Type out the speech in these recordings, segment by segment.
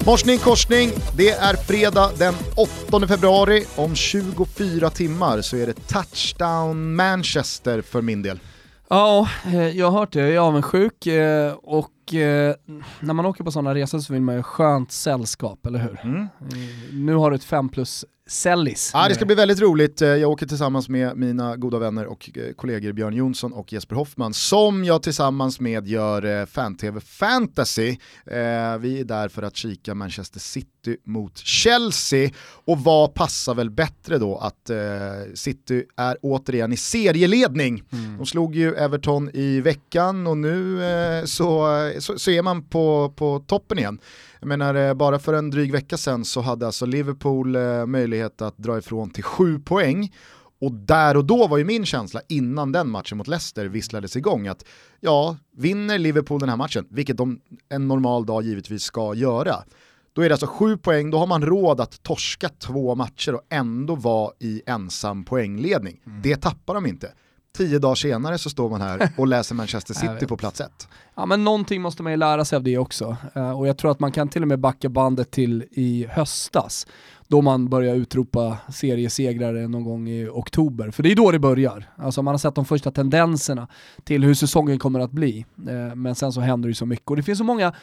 Morsning korsning, det är fredag den 8 februari. Om 24 timmar så är det touchdown Manchester för min del. Ja, jag har hört det. Jag är avundsjuk och när man åker på sådana resor så vill man ju skönt sällskap, eller hur? Nu har du ett 5+ sällis. Ja, det ska bli väldigt roligt. Jag åker tillsammans med mina goda vänner och kollegor Björn Jonsson och Jesper Hoffman, som jag tillsammans med gör Fan-TV Fantasy. Vi är där för att kika Manchester City mot Chelsea, och vad passar väl bättre då att City är återigen i serieledning. De slog ju Everton i veckan och nu så är man på toppen igen. Jag menar, bara för en dryg vecka sedan så hade alltså Liverpool möjlighet att dra ifrån till 7 poäng. Och där och då var ju min känsla innan den matchen mot Leicester visslades igång att ja, vinner Liverpool den här matchen, vilket de en normal dag givetvis ska göra, då är det alltså 7 poäng, då har man råd att torska 2 matcher och ändå vara i ensam poängledning. Det tappar de inte. 10 dagar senare så står man här och läser Manchester City på plats 1. Ja, men någonting måste man ju lära sig av det också. Och jag tror att man kan till och med backa bandet till i höstas, då man börjar utropa seriesegrare någon gång i oktober. För det är då det börjar. Alltså man har sett de första tendenserna till hur säsongen kommer att bli. Men sen så händer det så mycket. Och det finns så många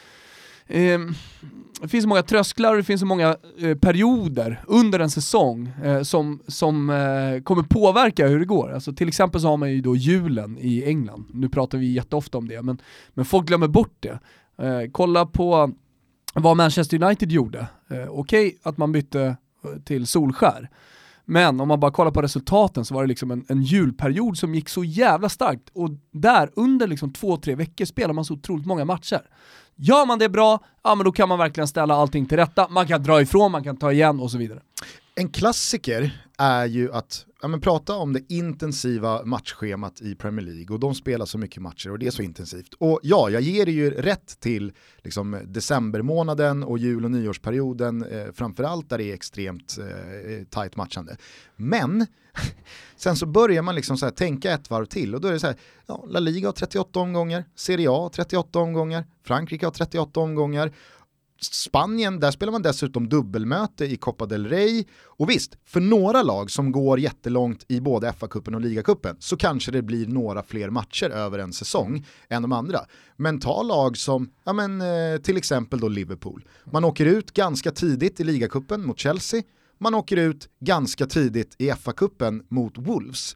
det finns så många trösklar och det finns så många perioder under en säsong som kommer påverka hur det går. Alltså till exempel så har man ju då julen i England. Nu pratar vi jätteofta om det, men folk glömmer bort det. Kolla på vad Manchester United gjorde. Okej att man bytte till Solskär. Men om man bara kollar på resultaten så var det liksom en julperiod som gick så jävla starkt. Och där under liksom 2-3 veckor spelar man så otroligt många matcher. Gör man det bra, ja men då kan man verkligen ställa allting till rätta. Man kan dra ifrån, man kan ta igen och så vidare. En klassiker är ju att prata om det intensiva matchschemat i Premier League, och de spelar så mycket matcher och det är så intensivt. Och ja, jag ger det ju rätt till liksom decembermånaden och jul- och nyårsperioden, framförallt där det är extremt tajt matchande. Men sen så börjar man liksom så här tänka ett varv till, och då är det så här, ja, La Liga har 38 omgångar, Serie A har 38 omgångar, Frankrike har 38 omgångar. Spanien, där spelar man dessutom dubbelmöte i Copa del Rey, och visst, för några lag som går jättelångt i både FA-cupen och Liga-cupen så kanske det blir några fler matcher över en säsong än de andra. Men ta lag som till exempel då Liverpool. Man åker ut ganska tidigt i Liga-cupen mot Chelsea, man åker ut ganska tidigt i FA-cupen mot Wolves.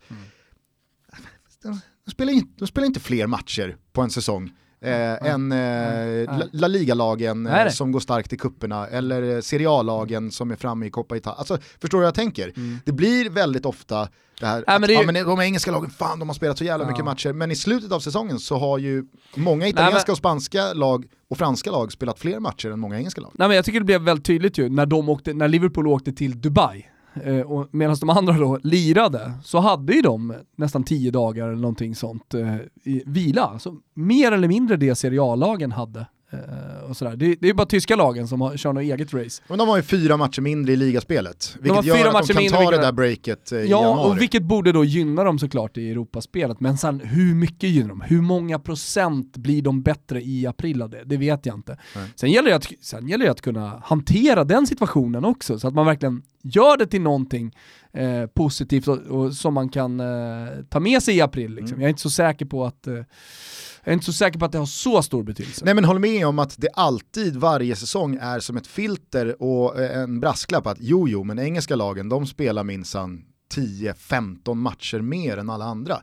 De spelar inte fler matcher på en säsong än La Liga-lagen som går starkt i kupperna, eller Serie A-lagen som är framme i Coppa Italia. Alltså, förstår du vad jag tänker? Det blir väldigt ofta det här men de engelska lagen, fan, de har spelat så jävla mycket matcher, men i slutet av säsongen så har ju många italienska och spanska lag och franska lag spelat fler matcher än många engelska lag. Nej, men jag tycker det blev väldigt tydligt ju när Liverpool åkte till Dubai. Och medan de andra då lirade så hade ju de nästan 10 dagar eller någonting sånt i vila. Så mer eller mindre det Serie A-lagen hade. Och sådär. Det är ju bara tyska lagen som kör något eget race. Men de har ju 4 matcher mindre i ligaspelet. Vilket gör att de kan ta det där breaket i januari. Och vilket borde då gynna dem såklart i Europaspelet. Men sen hur mycket gynnar de? Hur många procent blir de bättre i april av det? Det vet jag inte. Sen gäller det att kunna hantera den situationen också. Så att man verkligen gör det till någonting positivt och som man kan ta med sig i april. Liksom. Jag är inte så säker på att det har så stor betydelse. Nej, men håll med om att det alltid varje säsong är som ett filter och en brasklapp att men engelska lagen, de spelar minsann 10-15 matcher mer än alla andra.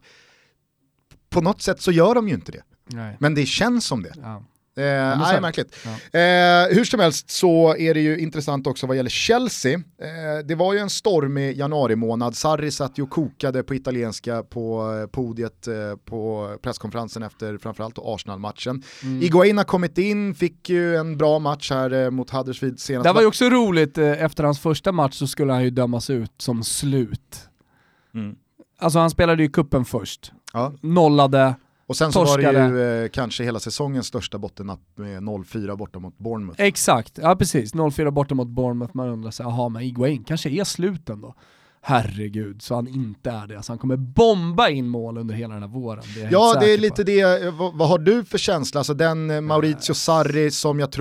På något sätt så gör de ju inte det. Nej. Men det känns som det. Ja. Nej, märkligt. Ja. Hur som helst så är det ju intressant också vad gäller Chelsea. Det var ju en stormig januari månad. Sarri satt ju och kokade på italienska på podiet på presskonferensen efter framförallt Arsenal-matchen. Higuain har kommit in, fick ju en bra match här mot Huddersfield senast. Det var ju också roligt, efter hans första match så skulle han ju dömas ut som slut. Alltså han spelade ju kuppen först. Ja. Nollade. Och sen så torskade. Var det ju kanske hela säsongens största bottennapp med 0-4 borta mot Bournemouth. Exakt, ja precis. 0-4 borta mot Bournemouth. Man undrar sig, men Higuain kanske är sluten då. Herregud, så han inte är det. Alltså han kommer bomba in mål under hela den här våren. Det är lite det. Vad har du för känsla? Alltså den Maurizio Sarri som jag tror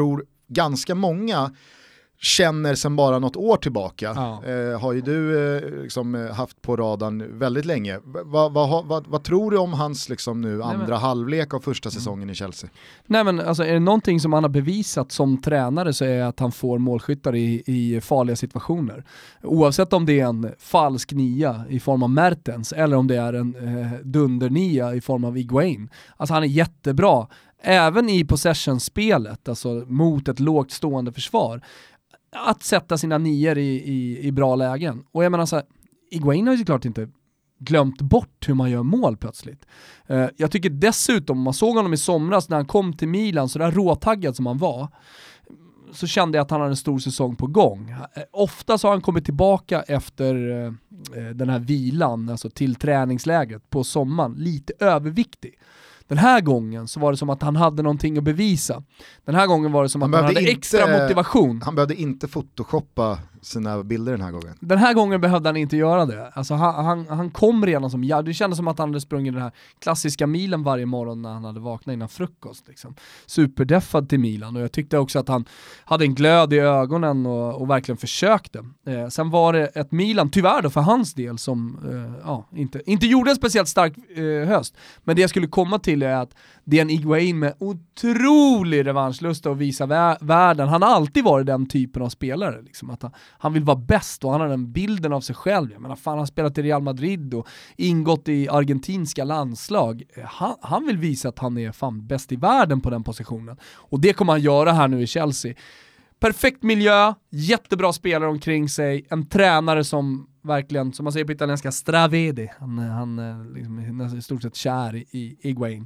ganska många känner sedan bara något år tillbaka. Har ju du liksom haft på radarn väldigt länge. Vad tror du om hans liksom nu andra halvlek av första säsongen i Chelsea? Nej, men alltså, är det någonting som han har bevisat som tränare så är det att han får målskyttar i farliga situationer. Oavsett om det är en falsk nia i form av Mertens eller om det är en dundernia i form av Higuain. Alltså han är jättebra. Även i possession-spelet, alltså mot ett lågt stående försvar, att sätta sina nior i bra lägen. Och jag menar så här, Higuain har ju såklart inte glömt bort hur man gör mål plötsligt. Jag tycker dessutom, man såg honom i somras när han kom till Milan, så där råtaggad som han var, så kände jag att han hade en stor säsong på gång. Ofta så har han kommit tillbaka efter den här vilan, alltså till träningslägret på sommaren, lite överviktig. Den här gången så var det som att han hade någonting att bevisa. Den här gången var det som att han hade extra motivation. Han behövde inte photoshoppa sina bilder den här gången. Den här gången behövde han inte göra det. Alltså han kom redan som, det kändes som att han hade sprungit den här klassiska milen varje morgon när han hade vaknat innan frukost. Liksom. Superdeffad till Milan, och jag tyckte också att han hade en glöd i ögonen och verkligen försökte. Sen var det ett Milan, tyvärr då för hans del, som inte gjorde en speciellt stark höst. Men det jag skulle komma till är att det är en Higuain med otrolig revanschlust att visa världen. Han har alltid varit den typen av spelare. Liksom, att han vill vara bäst och han har den bilden av sig själv. Jag menar, han har spelat i Real Madrid och ingått i argentinska landslag. Han vill visa att han är fan bäst i världen på den positionen. Och det kommer han göra här nu i Chelsea. Perfekt miljö, jättebra spelare omkring sig, en tränare som verkligen, som man säger på italienska, stravede. Han liksom är i stort sett kär i Higuain.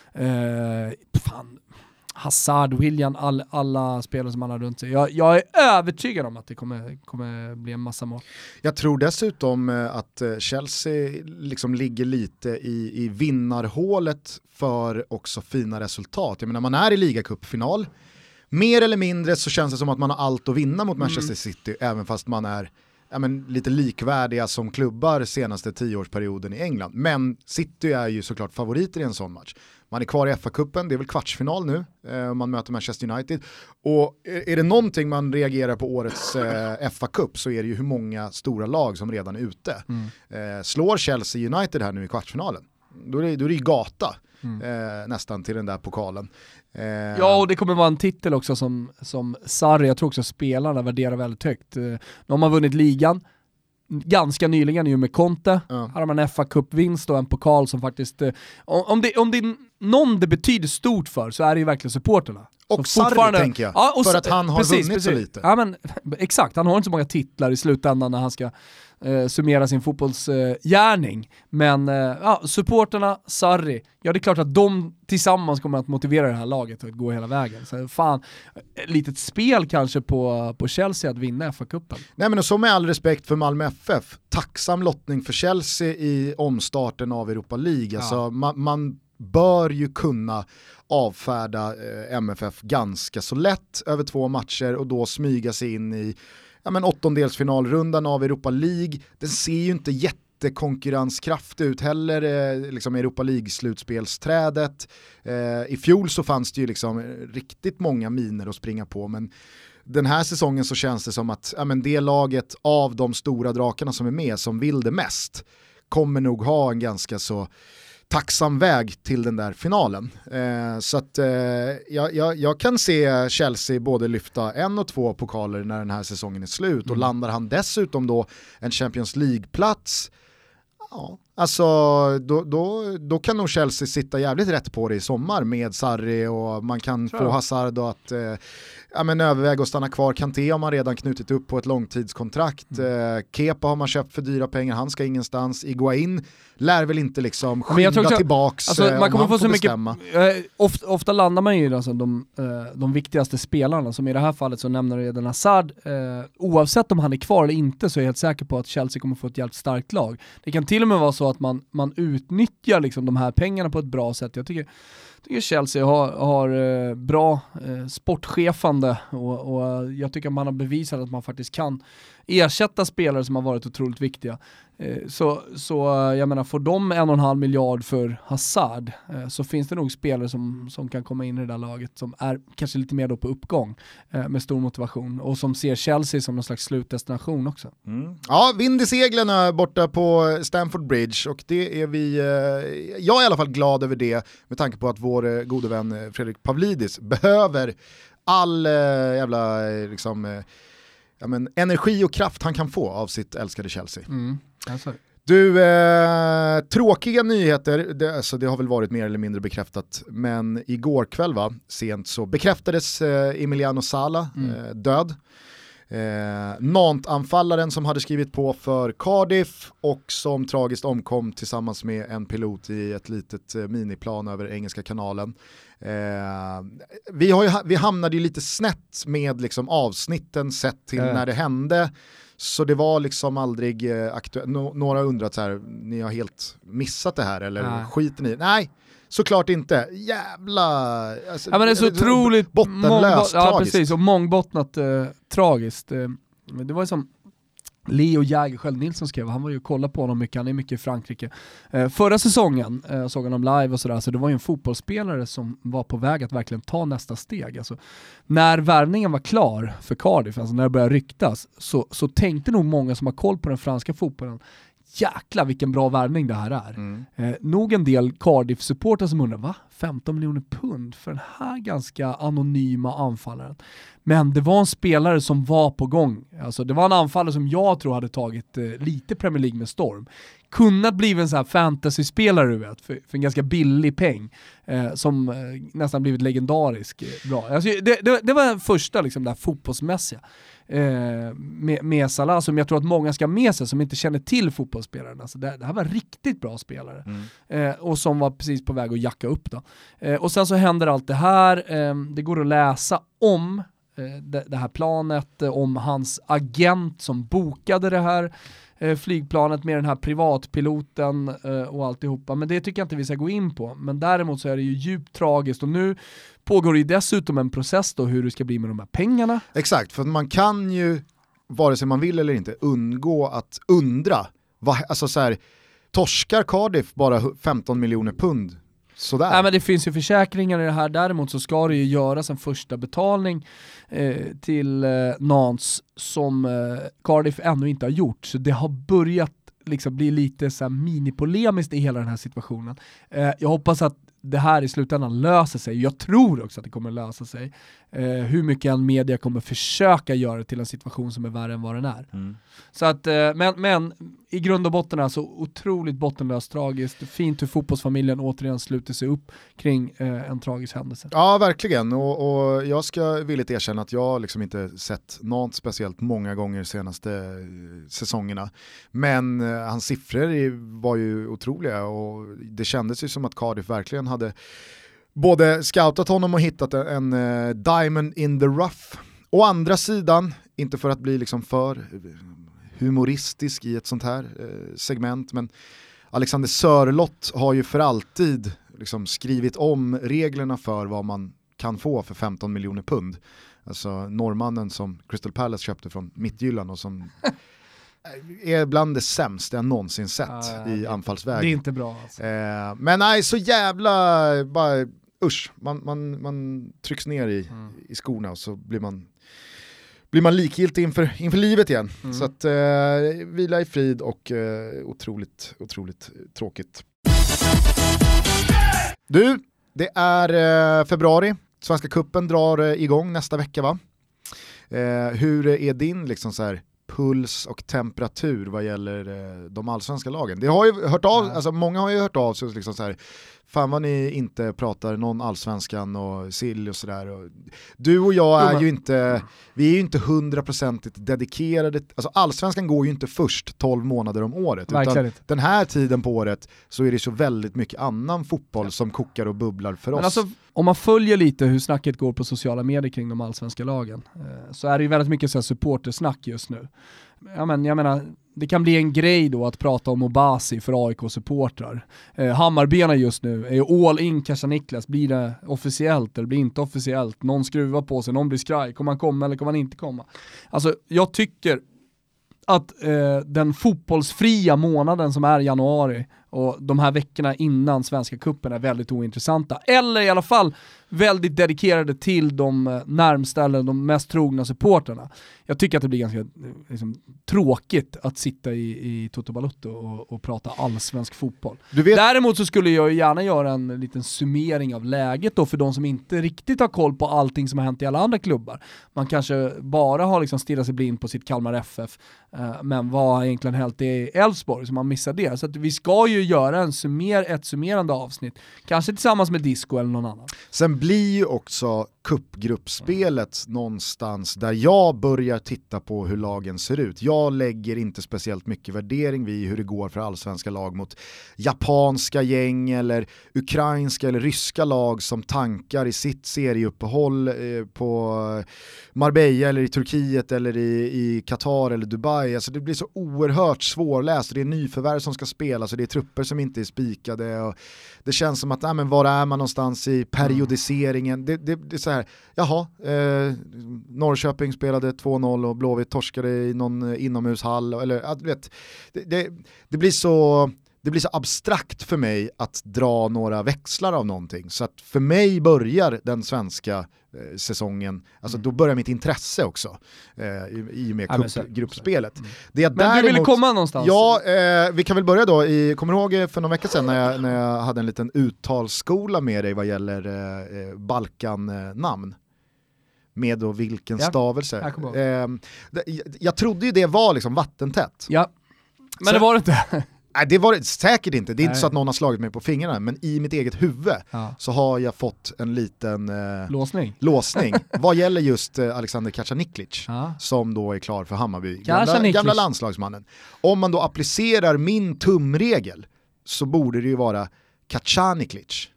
Hazard, William, alla spelare som han har runt sig. Jag är övertygad om att det kommer bli en massa mål. Jag tror dessutom att Chelsea liksom ligger lite i vinnarhålet för också fina resultat. Jag menar, man är i ligacupfinal. Mer eller mindre så känns det som att man har allt att vinna mot Manchester City, även fast man är lite likvärdiga som klubbar senaste 10-årsperioden i England. Men City är ju såklart favoriter i en sån match. Man är kvar i FA-cupen, det är väl kvartsfinal nu, man möter Manchester United. Och är det någonting man reagerar på årets FA-cup så är det ju hur många stora lag som redan är ute. Slår Chelsea United här nu i kvartsfinalen, då är det ju gata. Nästan till den där pokalen. Ja, och det kommer vara en titel också som Sarri, jag tror också spelarna värderar väldigt högt. De har vunnit ligan ganska nyligen ju med Conte. Har man en FA-cupvinst och en pokal som faktiskt, om det är någon det betyder stort för, så är det ju verkligen supporterna. Och Sarri, tänker jag, ja, för att han har vunnit så lite. Ja, men exakt, han har inte så många titlar i slutändan när han ska summera sin fotbollsgärning. Men supporterna, Sarri, ja, det är klart att de tillsammans kommer att motivera det här laget att gå hela vägen. Så fan, ett litet spel kanske på Chelsea att vinna FA-cupen. Nej, men och så med all respekt för Malmö FF, tacksam lottning för Chelsea i omstarten av Europa League. Alltså, man bör ju kunna avfärda MFF ganska så lätt över 2 matcher och då smyga sig in i åttondelsfinalrundan av Europa League. Den ser ju inte jättekonkurrenskraftig ut heller, liksom Europa League-slutspelsträdet. I fjol så fanns det ju liksom riktigt många miner att springa på, men den här säsongen så känns det som att det laget av de stora drakarna som är med, som vill det mest, kommer nog ha en ganska så tacksam väg till den där finalen. Så att jag kan se Chelsea både lyfta 1 och 2 pokaler när den här säsongen är slut, och landar han dessutom då en Champions League-plats, ja, alltså då kan nog Chelsea sitta jävligt rätt på det i sommar med Sarri, och man kan få Hazard att överväga att stanna kvar. Kanté har man redan knutit upp på ett långtidskontrakt. Kepa har man köpt för dyra pengar, han ska ingenstans. Higuain lär väl inte liksom skynda tillbaks, alltså, man kommer få så bestämma. Ofta landar man ju alltså de viktigaste spelarna, som i det här fallet så nämner du redan Hazard. Oavsett om han är kvar eller inte, så är jag helt säker på att Chelsea kommer få ett jävligt starkt lag. Det kan till och med vara så att man utnyttjar liksom de här pengarna på ett bra sätt. Jag tycker Chelsea har bra sportchefande, och jag tycker man har bevisat att man faktiskt kan ersätta spelare som har varit otroligt viktiga. Så jag menar, får de 1,5 miljard för Hazard, så finns det nog spelare som kan komma in i det där laget som är kanske lite mer då på uppgång med stor motivation och som ser Chelsea som någon slags slutdestination också. Ja, vind i seglarna borta på Stamford Bridge, och det är jag är i alla fall glad över det, med tanke på att vår gode vän Fredrik Pavlidis behöver all jävla liksom, energi och kraft han kan få av sitt älskade Chelsea. Alltså. Du, tråkiga nyheter, det har väl varit mer eller mindre bekräftat, men igår kväll sent så bekräftades Emiliano Sala död. Nantes-anfallaren som hade skrivit på för Cardiff och som tragiskt omkom tillsammans med en pilot i ett litet miniplan över Engelska kanalen. Vi hamnade ju lite snett med liksom avsnitten sett till när det hände, så det var liksom aldrig aktuellt. Några har undrat så här, ni har helt missat det här eller skiten i? Nej, såklart inte. Jävla... Alltså, ja, men det är så otroligt bottenlöst ja, tragiskt. Precis, och mångbottnat tragiskt. Det var ju som Leo Jägerskiöld Nilsson skrev, han var ju och kollade på honom mycket, han är mycket i Frankrike. Förra säsongen såg han dem live och sådär, så det var ju en fotbollsspelare som var på väg att verkligen ta nästa steg. Alltså, när värvningen var klar för Cardiff, alltså när det började ryktas, så tänkte nog många som har koll på den franska fotbollen, jäkla vilken bra värvning det här är. Nog en del Cardiff-supporter som undrar, 15 miljoner pund för den här ganska anonyma anfallaren. Men det var en spelare som var på gång. Alltså, det var en anfallare som jag tror hade tagit lite Premier League med storm. Kunnat bli en sån här fantasy-spelare, du vet, för en ganska billig peng. Som nästan blivit legendarisk bra. Alltså, det var den första liksom, där fotbollsmässiga. Med Salah, som jag tror att många ska med sig som inte känner till fotbollsspelaren. Alltså, det här var riktigt bra spelare. Och som var precis på väg att jacka upp då. Och sen så händer allt det här. Det går att läsa om det här planet, om hans agent som bokade det här flygplanet med den här privatpiloten och alltihopa. Men det tycker jag inte vi ska gå in på. Men däremot så är det ju djupt tragiskt, och nu pågår det ju dessutom en process då hur det ska bli med de här pengarna. Exakt, för man kan ju, vare sig man vill eller inte, undgå att undra. Alltså så här, torskar Cardiff bara 15 miljoner pund? Sådär. Nej, men det finns ju försäkringar i det här. Däremot så ska det ju göras en första betalning till Nantes som Cardiff ännu inte har gjort. Så det har börjat liksom bli lite så här minipolemiskt i hela den här situationen. Jag hoppas att det här i slutändan löser sig. Jag tror också att det kommer lösa sig. Hur mycket en media kommer försöka göra till en situation som är värre än vad den är. Så att, men i grund och botten är så otroligt bottenlöst tragiskt. Fint hur fotbollsfamiljen återigen sluter sig upp kring en tragisk händelse. Ja, verkligen. Och jag ska villigt erkänna att jag liksom inte sett något speciellt många gånger senaste säsongerna. Men hans siffror var ju otroliga, och det kändes ju som att Cardiff verkligen hade både scoutat honom och hittat en diamond in the rough. Å andra sidan, inte för att bli liksom för humoristisk i ett sånt här segment, men Alexander Sörloth har ju för alltid liksom skrivit om reglerna för vad man kan få för 15 miljoner pund. Alltså norrmannen som Crystal Palace köpte från Midtjylland och som är bland det sämsta jag någonsin sett i anfallsväg. Det är inte bra alltså. Men nej, så jävla bara usch, man trycks ner i skorna och så blir man likgiltig inför livet igen. Så att vila i frid, och otroligt tråkigt. Du, det är februari. Svenska cupen drar igång nästa vecka, va? Hur är din liksom så här puls och temperatur vad gäller de allsvenska lagen? Det har ju hört av, alltså många har ju hört av sig liksom så här, fan vad ni inte pratar någon allsvenskan och sill och sådär. Du och jag är ju inte, vi är ju inte 100% dedikerade, alltså allsvenskan går ju inte först 12 månader om året, utan den här tiden på året så är det så väldigt mycket annan fotboll som kokar och bubblar för oss. Alltså, om man följer lite hur snacket går på sociala medier kring de allsvenska lagen, så är det ju väldigt mycket så här supportersnack just nu. Jag menar, det kan bli en grej då att prata om Obasi för AIK-supportrar. Hammarbyarna just nu är all in Kasha Niklas. Blir det officiellt eller blir inte officiellt? Någon skruvar på sig, någon blir skraj. Kommer han komma eller kommer han inte komma? Alltså, jag tycker att den fotbollsfria månaden som är januari och de här veckorna innan Svenska cupen är väldigt ointressanta. Eller i alla fall väldigt dedikerade till de närmsta eller de mest trogna supporterna. Jag tycker att det blir ganska tråkigt att sitta i Toto Balotto och prata allsvensk fotboll. Däremot så skulle jag gärna göra en liten summering av läget då för de som inte riktigt har koll på allting som har hänt i alla andra klubbar. Man kanske bara har stirrat sig blind på sitt Kalmar FF, men vad har egentligen hänt i Elfsborg så man missar det. Så att vi ska ju göra ett summerande avsnitt, kanske tillsammans med Disco eller någon annan. Sen blir ju också cupgruppspelet någonstans där jag börjar titta på hur lagen ser ut. Jag lägger inte speciellt mycket värdering vid hur det går för allsvenska lag mot japanska gäng eller ukrainska eller ryska lag som tankar i sitt serieuppehåll på Marbella eller i Turkiet eller i Qatar eller Dubai. Alltså det blir så oerhört svårläst. Det är nyförvärv som ska spelas och det är trupper som inte är spikade och det känns som att var är man någonstans i periodiseringen. Det är så här, jaha, Norrköping spelade 2-0 och Blåvitt torskade i någon inomhushall eller vet, det blir så abstrakt för mig att dra några växlar av någonting. Så att för mig börjar den svenska säsongen, alltså då börjar mitt intresse också i och med gruppspelet. Men du vill komma någonstans? Ja, vi kan väl börja då. Kommer du ihåg för någon vecka sedan när jag hade en liten uttalsskola med dig vad gäller Balkan-namn? Med då vilken stavelse? Jag trodde ju det var vattentätt. Ja, men det var det inte. Nej, det var det säkert inte. Det är inte så att någon har slagit mig på fingrarna, men i mitt eget huvud så har jag fått en liten låsning vad gäller just Alexander Kacaniklic som då är klar för Hammarby. Gamla landslagsmannen. Om man då applicerar min tumregel så borde det ju vara Kacaniklic.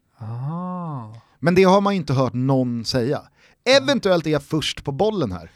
Men det har man inte hört någon säga. Eventuellt är jag först på bollen här.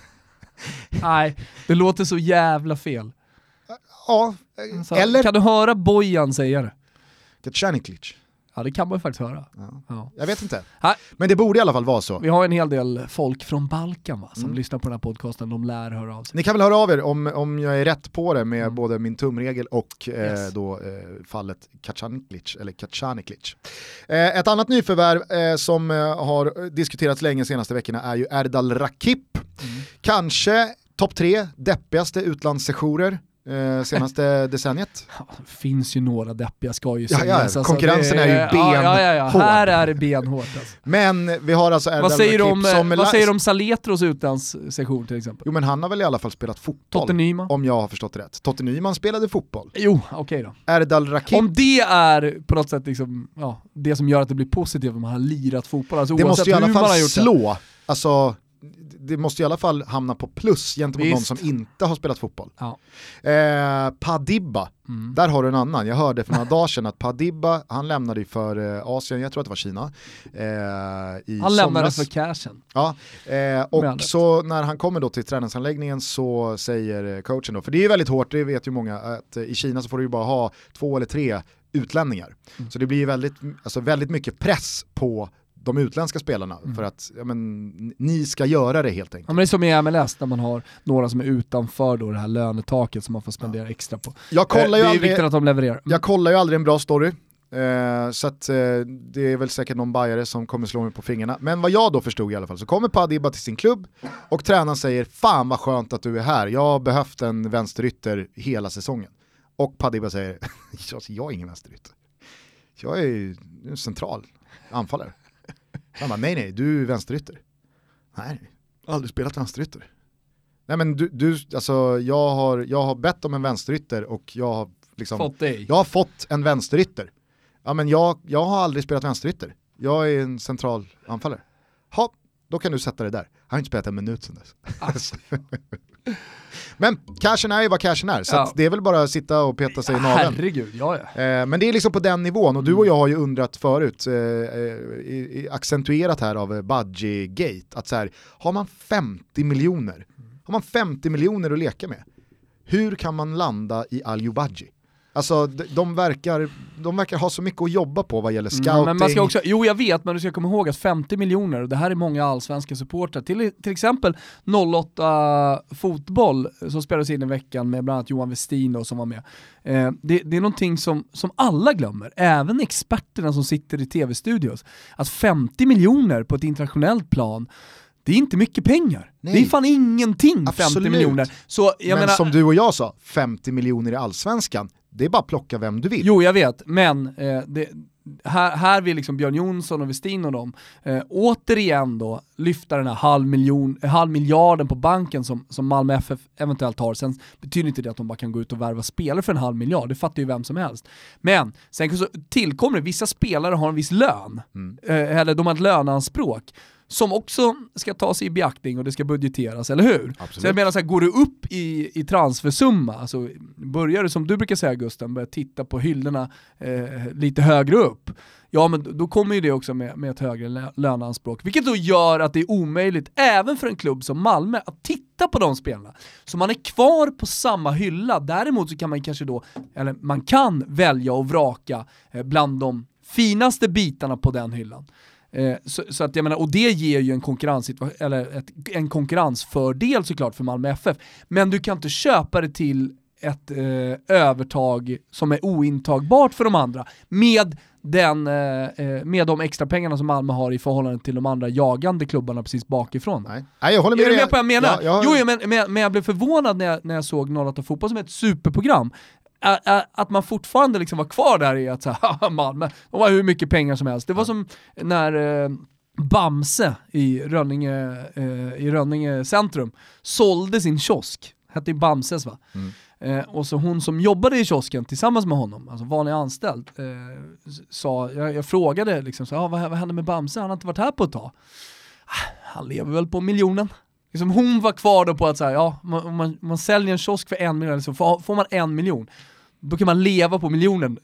Nej, det låter så jävla fel. Ja, alltså, eller... Kan du höra Bojan säga det? Kacaniklic. Ja, det kan man ju faktiskt höra. Ja. Jag vet inte. Men det borde i alla fall vara så. Vi har en hel del folk från Balkan som lyssnar på den här podcasten. De lär höra av sig. Ni kan väl höra av er om jag är rätt på det med både min tumregel och fallet Kacaniklic eller Kacaniklic. Ett annat nyförvärv som har diskuterats länge senaste veckorna är ju Erdal Rakip. Kanske topp 3 deppigaste utlandssessioner senaste decenniet. Det finns ju några deppiga, ska ju sägas. Alltså, konkurrensen är ju benhård. Här är det benhårt. Alltså. Men vi har alltså vad säger du om Saletros utlandssession till exempel? Jo, men han har väl i alla fall spelat fotboll. Om jag har förstått rätt. Totte Nyman spelade fotboll. Jo, okej då. Erdal Rakip. Om det är på något sätt det som gör att det blir positivt om man har lirat fotboll. Alltså, det måste i alla fall slå. Alltså det måste i alla fall hamna på plus gentemot någon som inte har spelat fotboll. Padibba, där har du en annan. Jag hörde för några dagar sedan att Padibba, han lämnade för Asien, jag tror att det var Kina. Han lämnade för cashen. Ja, och så när han kommer då till träningsanläggningen så säger coachen då, för det är väldigt hårt, det vet ju många, att i Kina så får du ju bara ha 2 eller 3 utlänningar. Så det blir väldigt mycket press på de utländska spelarna för att ni ska göra det helt enkelt. Ja, men det är som i MLS när man har några som är utanför då det här lönetaket som man får spendera extra på. Det är viktigt att de levererar. Jag kollar ju aldrig en bra story. Så att det är väl säkert någon bajare som kommer slå mig på fingrarna. Men vad jag då förstod i alla fall så kommer Padibba till sin klubb och tränaren säger fan vad skönt att du är här. Jag har behövt en vänsterytter hela säsongen. Och Padibba säger jag är ingen vänsterytter. Jag är en central anfallare. Han bara, nej, du är vänsterytter. Nej, jag har aldrig spelat vänsterytter. Nej, men jag har bett om en vänsterytter och jag har fått en vänsterytter. Ja, men jag har aldrig spelat vänsterytter. Jag är en central anfallare. Ja, då kan du sätta det där. Han har inte spelat en minut sedan dess. Men cashen är ju vad cashen är. Så att det är väl bara att sitta och peta sig i naveln. Herregud, ja. Men det är liksom på den nivån. Och du och jag har ju undrat förut, accentuerat här av Badji-gate, att så här, har man 50 miljoner att leka med, hur kan man landa i Al Badji? Alltså de verkar ha så mycket att jobba på vad gäller scouting. Men man ska också, jag vet, men du ska komma ihåg att 50 miljoner, och det här är många allsvenska supportrar, till exempel 08 fotboll som spelades in i veckan med bland annat Johan Westin som var med. Det är någonting som alla glömmer, även experterna som sitter i tv-studios, att 50 miljoner på ett internationellt plan, det är inte mycket pengar. Nej. Det är fan ingenting. Absolut. 50 miljoner. Så, men som du och jag sa, 50 miljoner i allsvenskan, det är bara att plocka vem du vill. Jo, jag vet, men här vill liksom Björn Jonsson och Westin och dem återigen då lyfta den här halv miljarden på banken som Malmö FF eventuellt har. Sen betyder inte det att de bara kan gå ut och värva spelare för 1,5 miljard. Det fattar ju vem som helst. Men sen så tillkommer det, vissa spelare har en viss lön. Eller de har ett löneanspråk som också ska tas i beaktning och det ska budgeteras, eller hur? Absolut. Så jag menar så här, går du upp i transfersumma, alltså börjar du som du brukar säga, Gusten, börja titta på hyllorna lite högre upp, ja men då kommer ju det också med ett högre löneanspråk, vilket då gör att det är omöjligt även för en klubb som Malmö att titta på de spelarna. Så man är kvar på samma hylla. Däremot så kan man kanske då, eller man kan välja och vraka bland de finaste bitarna på den hyllan. Så att jag menar, och det ger ju en konkurrensfördel såklart för Malmö FF, men du kan inte köpa det till ett övertag som är ointagbart för de andra med de extra pengarna som Malmö har i förhållande till de andra jagande klubbarna precis bakifrån. Nej, jag håller med. Är du med på vad jag menar? Ja, men jag blev förvånad när jag såg 08 Fotboll som ett superprogram. Att man fortfarande liksom var kvar där i att så här, Malmö, de har hur mycket pengar som helst. Det var som när Bamse i Rönninge centrum sålde sin kiosk. Hette ju Bamses, va? Och så hon som jobbade i kiosken tillsammans med honom, alltså vanlig anställd, sa, jag frågade liksom, så, vad hände med Bamse? Han har inte varit här på ett tag. Han lever väl på miljonen. Liksom hon var kvar då på att så här, ja, man säljer en kiosk för 1 miljon, så får man 1 miljon. Då kan man leva på miljonen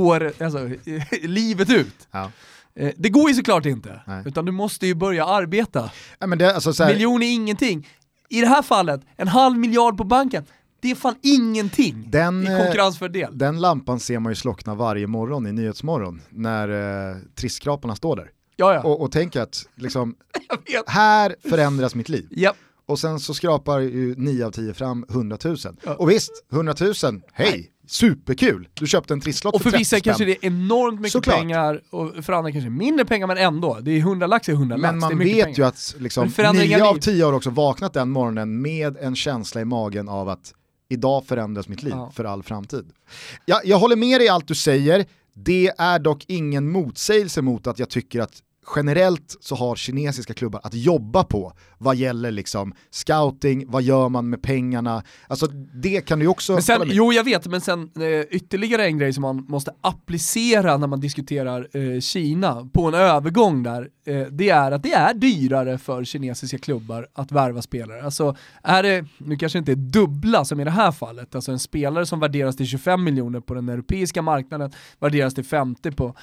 livet ut. Ja. Det går ju såklart inte. Nej. Utan du måste ju börja arbeta. Ja, men det, alltså, så här, miljon är ingenting. I det här fallet, 1,5 miljard på banken, det är fan ingenting i konkurrensfördel. Den lampan ser man ju slockna varje morgon i Nyhetsmorgon när trisskraparna står där. Ja. Och tänker att liksom, här förändras mitt liv. Yep. Och sen så skrapar ju 9 av 10 fram 100 000. Ja. Och visst, 100 000, hej, superkul. Du köpte en trisslott för 30 000. Och för vissa kanske det är enormt mycket pengar, och för andra kanske mindre pengar, men ändå. Det är 100 lax i 100 lax. Men man vet pengar. Ju att liksom, 9 av 10 har också vaknat den morgonen med en känsla i magen av att idag förändras mitt liv för all framtid. Jag håller med dig i allt du säger. Det är dock ingen motsägelse mot att jag tycker att generellt så har kinesiska klubbar att jobba på vad gäller liksom scouting, vad gör man med pengarna, alltså det kan du också... Men sen, jo jag vet, men sen ytterligare en grej som man måste applicera när man diskuterar Kina på en övergång där, det är att det är dyrare för kinesiska klubbar att värva spelare. Alltså är det, nu kanske inte är dubbla som i det här fallet, alltså en spelare som värderas till 25 miljoner på den europeiska marknaden värderas till 50 på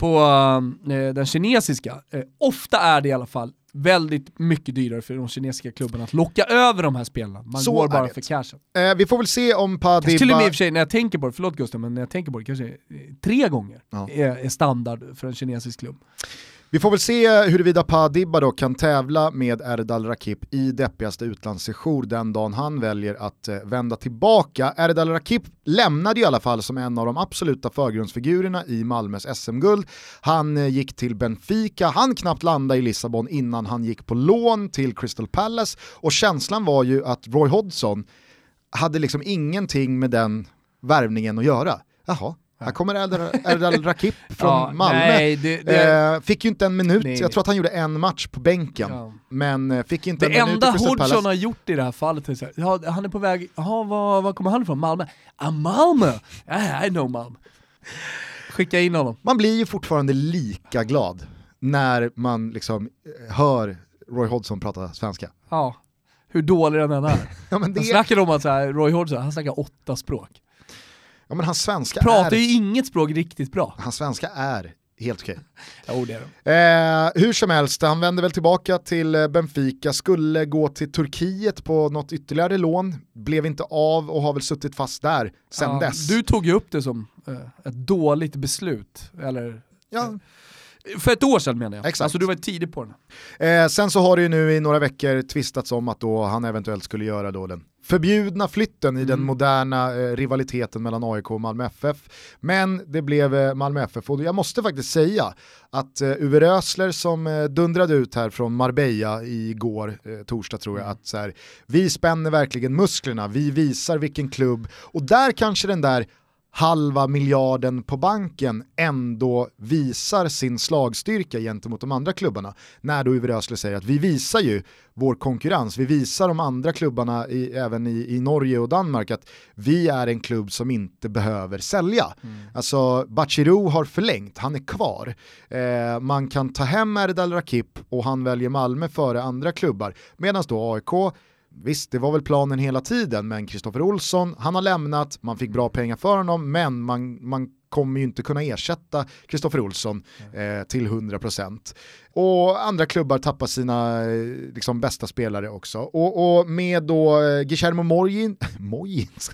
den kinesiska. Ofta är det i alla fall väldigt mycket dyrare för de kinesiska klubbarna att locka över de här spelarna. Man så går bara för cashen. Vi får väl se om Padibba... Till och med i och för sig, när jag tänker på det, förlåt Gustav, men när jag tänker på det kanske 3 gånger är standard för en kinesisk klubb. Vi får väl se huruvida Padibba då kan tävla med Erdal Rakip i deppigaste utlandssession den dagen han väljer att vända tillbaka. Erdal Rakip lämnade i alla fall som en av de absoluta förgrundsfigurerna i Malmös SM-guld. Han gick till Benfica, han knappt landade i Lissabon innan han gick på lån till Crystal Palace, och känslan var ju att Roy Hodgson hade liksom ingenting med den värvningen att göra. Jaha. Här kommer Erdal Rakip från Malmö. Nej, fick ju inte en minut. Nej. Jag tror att han gjorde en match på bänken. Ja. Men fick inte en minut. Det enda Hodgson har gjort i det här fallet är så här, han är på väg, var kommer han ifrån? Malmö? Malmö? I know Malmö. Skicka in honom. Man blir ju fortfarande lika glad när man liksom hör Roy Hodgson prata svenska. Ja, hur dålig den är. Ja, men det... Han snackar om att så här, Roy Hodgson, han snackar 8 språk. Ja, men hans svenska pratar ju inget språk riktigt bra. Hans svenska är helt okej. Jo, det är Hur som helst, han vände väl tillbaka till Benfica, skulle gå till Turkiet på något ytterligare lån, blev inte av och har väl suttit fast där sen dess. Du tog ju upp det som ett dåligt beslut, eller... Ja. För ett år sedan menar jag. Exakt. Alltså du var tidig på den. Sen så har det ju nu i några veckor tvistats om att då han eventuellt skulle göra då den förbjudna flytten i den moderna rivaliteten mellan AIK och Malmö FF. Men det blev Malmö FF, och jag måste faktiskt säga att Uwe Rösler som dundrade ut här från Marbella igår, torsdag tror jag, att så här, vi spänner verkligen musklerna, vi visar vilken klubb, och där kanske den där halva miljarden på banken ändå visar sin slagstyrka gentemot de andra klubbarna, när då Uwe Rösler säger att vi visar ju vår konkurrens, vi visar de andra klubbarna även i Norge och Danmark att vi är en klubb som inte behöver sälja. Alltså Bachirou har förlängt, han är kvar. Man kan ta hem Erdal Rakip och han väljer Malmö före andra klubbar, medan då AIK, visst, det var väl planen hela tiden, men Kristoffer Olsson, han har lämnat, man fick bra pengar för honom, men man kommer ju inte kunna ersätta Kristoffer Olsson till 100%. Och andra klubbar tappar sina liksom bästa spelare också. Och med då Guillermo Moyins.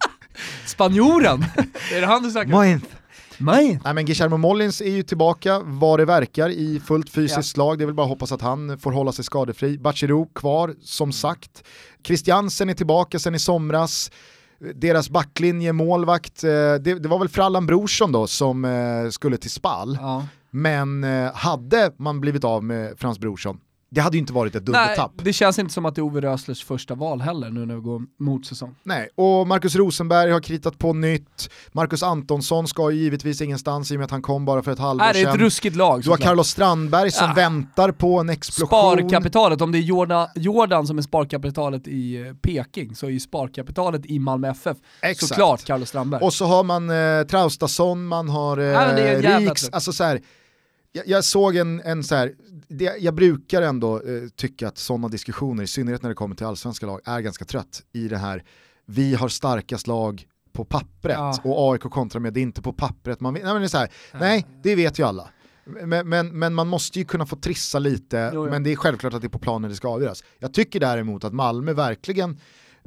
Spanjoren! Är det han du snackar? Moyins. Nej, men Guillermo Mollins är ju tillbaka vad det verkar i fullt fysiskt slag. Det är väl bara att hoppas att han får hålla sig skadefri. Bachirou kvar, som sagt. Christiansen är tillbaka sen i somras. Deras backlinje, målvakt, det var väl Frallan Brorsson då som skulle till Spal. Ja. Men hade man blivit av med Frans Brorsson, det hade ju inte varit ett dundertapp. Nej, det känns inte som att det är Ove Röslers första val heller nu när vi går mot säsong. Nej, och Marcus Rosenberg har kritat på nytt. Marcus Antonsson ska ju givetvis ingenstans i och med att han kom bara för ett halvår sedan. Det är ett ruskigt lag. Du har Carlos Strandberg som väntar på en explosion. Sparkapitalet, om det är Jordan som är sparkapitalet i Peking, så är ju sparkapitalet i Malmö FF. Exakt. Såklart Carlos Strandberg. Och så har man Traustason, man har Riks, alltså så här. Jag såg en så här, jag brukar ändå tycka att sådana diskussioner, i synnerhet när det kommer till allsvenska lag, är ganska trött i det här. Vi har starkast lag på pappret och AIK kontra med det är inte på pappret. Nej, men det är så här, nej, det vet ju alla. Men man måste ju kunna få trissa lite, men det är självklart att det är på planen det ska avgöras. Jag tycker däremot att Malmö verkligen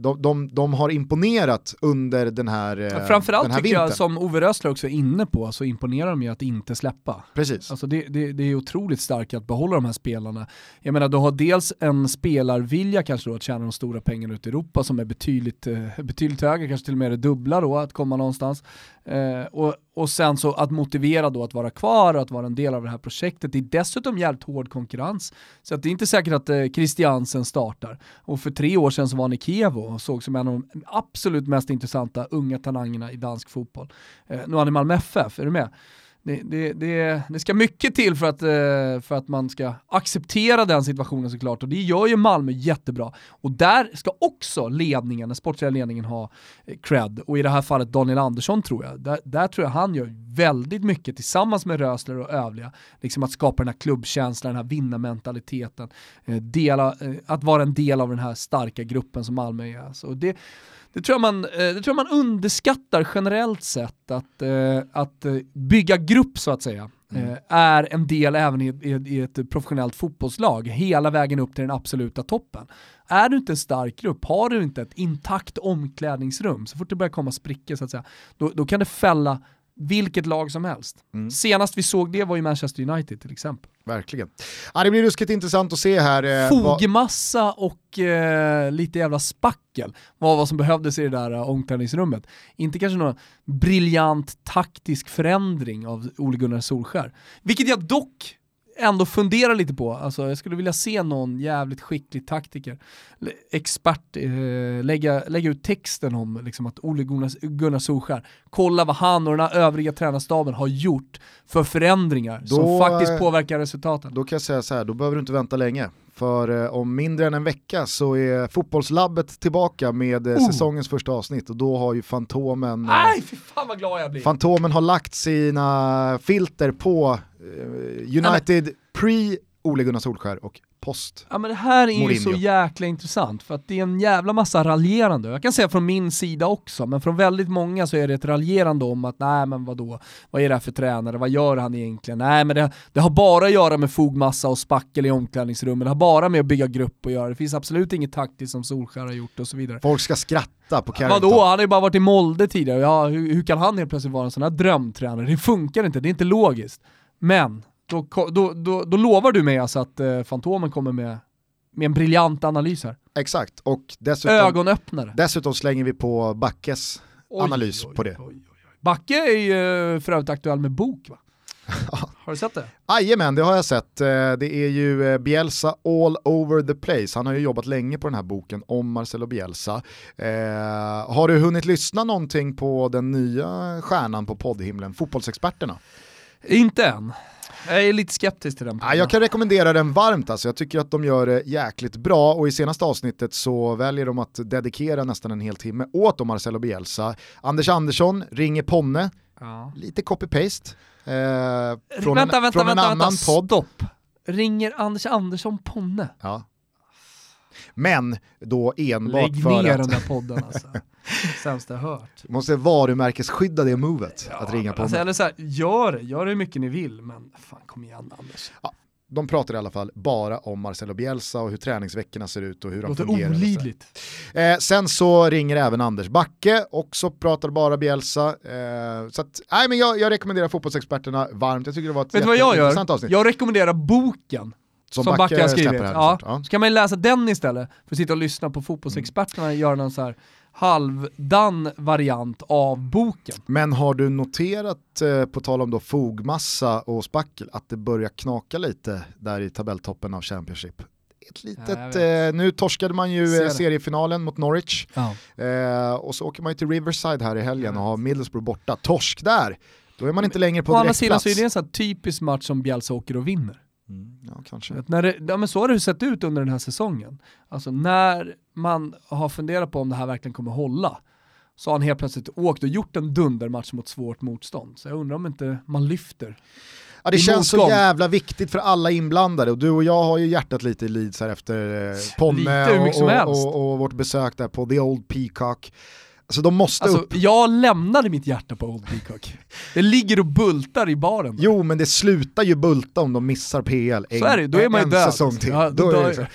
de har imponerat under den här framförallt den här tycker vintern. Jag, som Ove Rösler också är inne på, så imponerar de ju att inte släppa. Precis. Alltså det är otroligt starkt att behålla de här spelarna. Jag menar, du har dels en spelarvilja kanske då att tjäna de stora pengarna ut i Europa som är betydligt högre, kanske till och med det dubbla då, att komma någonstans. Och sen så att motivera då att vara kvar och att vara en del av det här projektet. Det är dessutom jävligt hård konkurrens. Så att det är inte säkert att Christiansen startar. Och för 3 år sedan så var Nikevo och såg som en av de absolut mest intressanta unga talangerna i dansk fotboll. Nu har han i Malmö FF, är du med? Det ska mycket till för att man ska acceptera den situationen såklart, och det gör ju Malmö jättebra. Och där ska också den sportsliga ledningen ha cred, och i det här fallet Daniel Andersson tror jag. Där tror jag han gör väldigt mycket tillsammans med Rösler och övriga, liksom att skapa den här klubbkänslan, den här vinnarmentaliteten, att vara en del av den här starka gruppen som Malmö är. Alltså, det tror jag man underskattar generellt sett, att bygga grupp så att säga är en del även i ett professionellt fotbollslag hela vägen upp till den absoluta toppen. Är du inte en stark grupp, har du inte ett intakt omklädningsrum, så fort det börjar komma sprickor så att säga, då kan det fälla vilket lag som helst. Senast vi såg det var ju Manchester United till exempel. Verkligen. Ja, det blir ruskigt intressant att se här. Fogmassa och lite jävla spackel var vad som behövdes i det där omklädningsrummet. Inte kanske någon briljant taktisk förändring av Ole Gunnar Solskjær. Vilket jag dock ändå funderar lite på. Alltså, jag skulle vilja se någon jävligt skicklig taktiker, expert, lägga ut texten om liksom, att Ole Gunnar Solskjær, kolla vad han och den här övriga tränarstaben har gjort för förändringar som faktiskt påverkar resultaten. Då kan jag säga så här, då behöver du inte vänta länge. För om mindre än en vecka så är fotbollslabbet tillbaka med säsongens första avsnitt, och då har ju Fantomen... Nej, fy fan vad glad jag blir. Fantomen har lagt sina filter på United pre Ole Gunnar Solskjær och post. Ja, men det här är Mourinho. ju så jäkla intressant för att det är en jävla massa raljerande. Jag kan säga från min sida också, men från väldigt många så är det ett raljerande om att nej men vadå, vad är det här för tränare, vad gör han egentligen? Nej men det har bara att göra med fogmassa och spackel i omklädningsrummet, det har bara med att bygga grupp och göra. Det finns absolut inget taktiskt som Solskjær har gjort och så vidare. Folk ska skratta på Carrington. Vadå, han har ju bara varit i Molde tidigare. Ja, hur kan han helt plötsligt vara en sån här drömtränare? Det funkar inte, det är inte logiskt. Men då lovar du mig alltså att Fantomen kommer med en briljant analys här. Exakt, och dessutom, ögonöppnare. Dessutom slänger vi på Backes analys på det. Backe är ju för övrigt aktuell med bok, va? Har du sett det? Jajamän, det har jag sett. Det är ju Bielsa all over the place. Han har ju jobbat länge på den här boken om Marcelo Bielsa. Har du hunnit lyssna någonting på den nya stjärnan på poddhimlen, Fotbollsexperterna? Inte än. Jag är lite skeptisk till den. Jag kan rekommendera den varmt alltså. Jag tycker att de gör det jäkligt bra och i senaste avsnittet så väljer de att dedikera nästan en hel timme åt Marcelo Bielsa. Anders Andersson ringer Ponne. Ja. Lite copy-paste. Från en annan podd. Stopp. Ringer Anders Andersson Ponne? Ja. Men då enbart lägg för ner att... den där podden alltså. Sämst jag hört. Måste varumärkesskydda det movet, att ringa Ponne. Alltså, eller så här, gör hur mycket ni vill, men fan kom igen Anders. Ja, de pratar i alla fall bara om Marcelo Bielsa och hur träningsveckorna ser ut och hur de fungerar. Det låter olidligt. Sen så ringer även Anders Backe och så pratar bara Bielsa. Så att, men jag rekommenderar Fotbollsexperterna varmt. Jag tycker det var ett jätteintressant avsnitt. Jag rekommenderar boken. Som Backe har skrivit. Ja. Så kan man ju läsa den istället för att sitta och lyssna på Fotbollsexperterna och göra någon så här halvdan variant av boken. Men har du noterat, på tal om då fogmassa och spackel, att det börjar knaka lite där i tabelltoppen av Championship? Ett litet, nu torskade man ju seriefinalen mot Norwich. Och så åker man ju till Riverside här i helgen och har Middlesbrough borta. Torsk där! Då är man inte längre på direktplats. Å andra sidan så är det en sån här typisk match som Bielsa åker och vinner. Ja, kanske. Men så har det sett ut under den här säsongen. Alltså när man har funderat på om det här verkligen kommer hålla, så har han helt plötsligt åkt och gjort en dundermatch mot svårt motstånd. Så jag undrar om inte man lyfter. Ja, det känns så jävla viktigt för alla inblandade och du och jag har ju hjärtat lite i Leeds här efter Ponne och vårt besök där på The Old Peacock. Alltså de måste upp. Jag lämnade mitt hjärta på Old Peacock. Det ligger och bultar i baren. Där. Jo, men det slutar ju bulta om de missar PL. Så är det, då är man ju död. Säsong till. Ja, då är det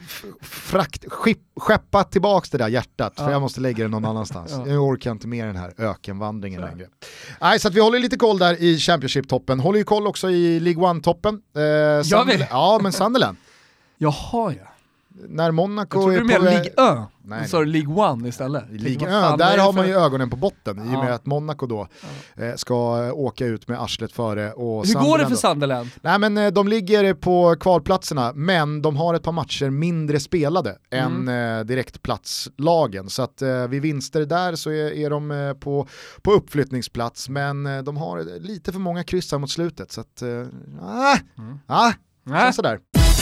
skeppa tillbaks det där hjärtat, för jag måste lägga det någon annanstans. Jag orkar inte med den här ökenvandringen längre. Nej, så att vi håller lite koll där i Championship-toppen. Håller ju koll också i League One-toppen. Ja, men Sunderland. Jaha, ja. När Monaco är på League Ö. Nej. Så League One istället. League Ö, där har man ju ögonen på botten i och med att Monaco då ska åka ut med arslet före. Och hur går det för Sunderland? Nej, men de ligger på kvalplatserna, men de har ett par matcher mindre spelade än direktplatslagen. Så att vid vinster där så är de på uppflyttningsplats, men de har lite för många kryssar mot slutet. Så att, känns sådär.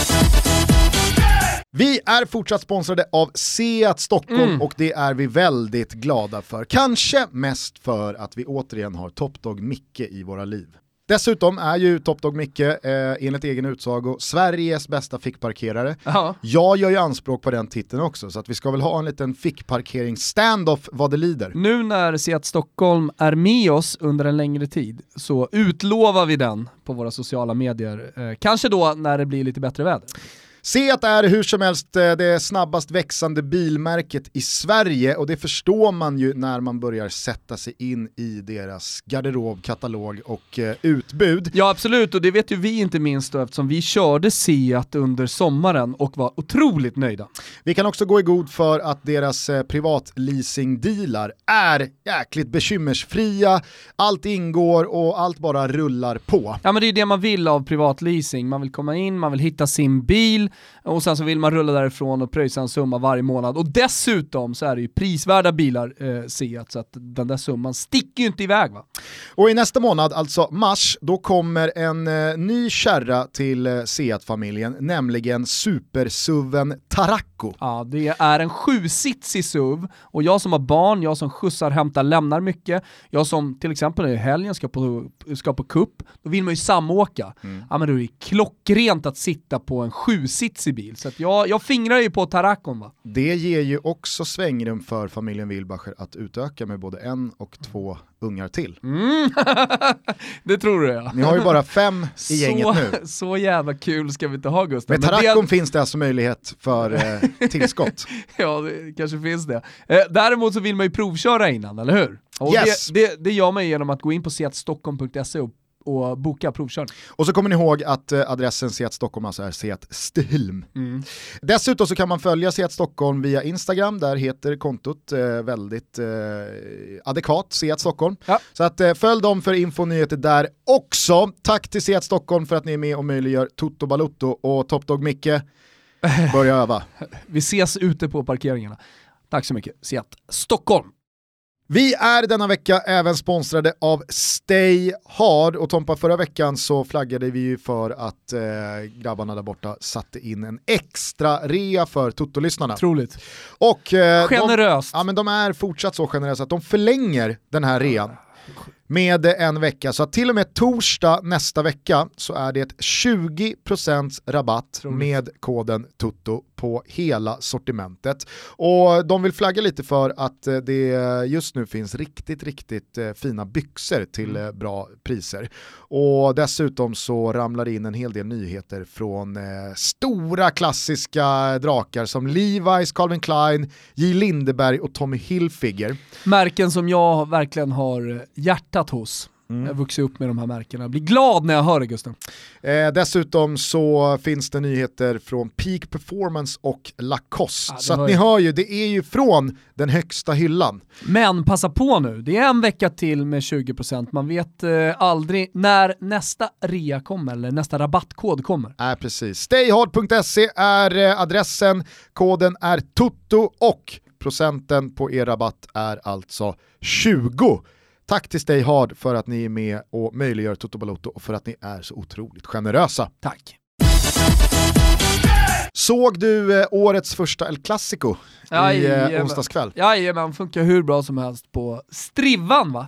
Vi är fortsatt sponsrade av Seat Stockholm och det är vi väldigt glada för. Kanske mest för att vi återigen har Top Dog Micke i våra liv. Dessutom är ju Top Dog Micke enligt egen utsago Sveriges bästa fickparkerare. Aha. Jag gör ju anspråk på den titeln också, så att vi ska väl ha en liten fickparkerings-standoff vad det lider. Nu när Seat Stockholm är med oss under en längre tid så utlovar vi den på våra sociala medier. Kanske då när det blir lite bättre väder. Seat är hur som helst det snabbast växande bilmärket i Sverige och det förstår man ju när man börjar sätta sig in i deras garderob, katalog och utbud. Ja, absolut, och det vet ju vi inte minst då, eftersom vi körde Seat under sommaren och var otroligt nöjda. Vi kan också gå i god för att deras privatleasingdealar är jäkligt bekymmersfria, allt ingår och allt bara rullar på. Ja, men det är det man vill av privatleasing, man vill komma in, man vill hitta sin bil och sen så vill man rulla därifrån och pröjsa en summa varje månad. Och dessutom så är det ju prisvärda bilar Seat, så att den där summan sticker ju inte iväg, va? Och i nästa månad, alltså mars, då kommer en ny kärra till Seat-familjen, nämligen supersuven Tarraco. Ja, det är en 7-sitsig SUV och jag som har barn, jag som skjutsar, hämtar, lämnar mycket, jag som till exempel i helgen ska på cup, då vill man ju samåka. Ja, men då är det klockrent att sitta på en 7-sitsig sits i bil. Så att jag fingrar ju på Tarakon, va? Det ger ju också svängrum för familjen Wilbacher att utöka med både 1 och 2 ungar till. Det tror du, ja. Ni har ju bara 5 i gänget nu. Så jävla kul ska vi inte ha, Gustav. Med Tarakon finns det alltså möjlighet för tillskott. Ja, det kanske finns det. Däremot så vill man ju provköra innan, eller hur? Och yes. det gör man genom att gå in på seatstockholm.se och boka provkörning. Och så kommer ni ihåg att adressen Seat Stockholm alltså är Seat Stölm. Dessutom så kan man följa Seat Stockholm via Instagram, där heter kontot väldigt adekvat Seat Stockholm. Ja. Så att följ dem för info och nyheter där också. Tack till Seat Stockholm för att ni är med och möjliggör Toto Balutto, och Top Dog Micke, börja öva. Vi ses ute på parkeringarna. Tack så mycket, Seat Stockholm. Vi är denna vecka även sponsrade av Stay Hard, och Tompa, förra veckan så flaggade vi ju för att grabbarna där borta satte in en extra rea för Toto-lyssnarna. Troligt. Och generöst. de är fortsatt så generösa att de förlänger den här rean med en vecka, så att till och med torsdag nästa vecka så är det 20% rabatt med koden TUTTO på hela sortimentet. Och de vill flagga lite för att det just nu finns riktigt fina byxor till bra priser. Och dessutom så ramlar det in en hel del nyheter från stora klassiska drakar som Levi's, Calvin Klein, J. Lindeberg och Tommy Hilfiger. Märken som jag verkligen har hjärtat hos. Jag har vuxit upp med de här märkena. Jag blir glad när jag hör det, Gustav. Dessutom så finns det nyheter från Peak Performance och Lacoste. Ja, så att ni hör ju, det är ju från den högsta hyllan. Men passa på nu, det är en vecka till med 20%. Man vet aldrig när nästa rea kommer, eller nästa rabattkod kommer. Precis. Stayhard.se är adressen, koden är TUTTO och procenten på er rabatt är alltså 20. Tack till Stay Hard för att ni är med och möjliggör Toto Balotto och för att ni är så otroligt generösa. Tack. Såg du årets första El Clasico i onsdagskväll? Jajamän, funkar hur bra som helst på Strivan, va?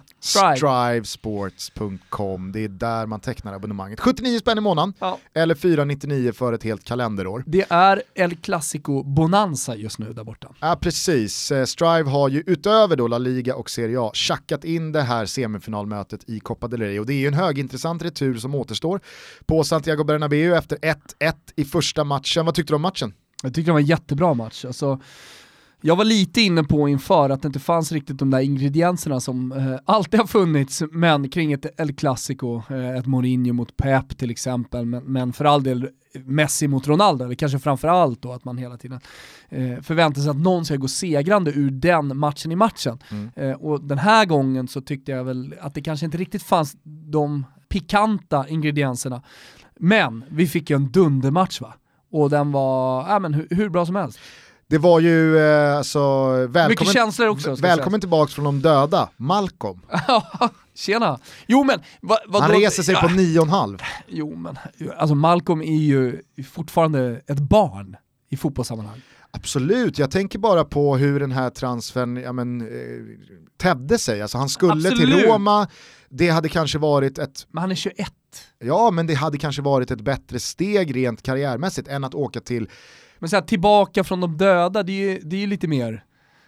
Strivesports.com, det är där man tecknar abonnemanget. 79 spänn i månaden, eller 499 för ett helt kalenderår. Det är El Clasico Bonanza just nu där borta. Ja, precis. Strive har ju utöver då La Liga och Serie A tjackat in det här semifinalmötet i Copa del Rey, och det är ju en högintressant retur som återstår på Santiago Bernabéu efter 1-1 i första matchen. Vad tyckte du om matchen? Jag tyckte det var en jättebra match. Alltså, jag var lite inne på inför att det inte fanns riktigt de där ingredienserna som alltid har funnits, men kring ett El Clasico, ett Mourinho mot Pep till exempel, men för all del Messi mot Ronaldo, eller kanske framförallt då att man hela tiden förväntar sig att någon ska gå segrande ur den matchen i matchen. Och den här gången så tyckte jag väl att det kanske inte riktigt fanns de pikanta ingredienserna, men vi fick ju en dundermatch, va? Och den var hur bra som helst. Det var ju mycket känslor också. Välkommen tillbaka från de döda, Malcolm. Tjena. Jo men han reser sig på 9,5. Jo men alltså Malcolm är ju fortfarande ett barn i fotbollssammanhang. Absolut, jag tänker bara på hur den här transfern tädde sig. Alltså han skulle till Roma, det hade kanske varit Men han är 21. Ja, men det hade kanske varit ett bättre steg rent karriärmässigt än att åka till... Men så här, tillbaka från de döda, det är ju lite mer,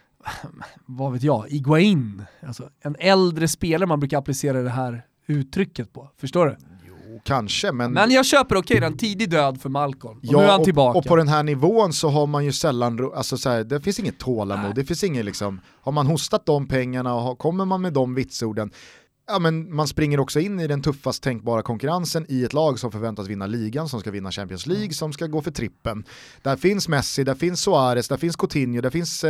vad vet jag, Higuain. Alltså, en äldre spelare man brukar applicera det här uttrycket på. Förstår du? Jo, kanske, men jag köper en tidig död för Malcolm. Och nu är han tillbaka. Och på den här nivån så har man ju sällan, alltså så här, det finns inget tålamod, det finns inget liksom, har man hostat de pengarna och kommer man med de vitsorden, men man springer också in i den tuffast tänkbara konkurrensen i ett lag som förväntas vinna ligan, som ska vinna Champions League, som ska gå för trippen. Där finns Messi, där finns Suarez, där finns Coutinho, där finns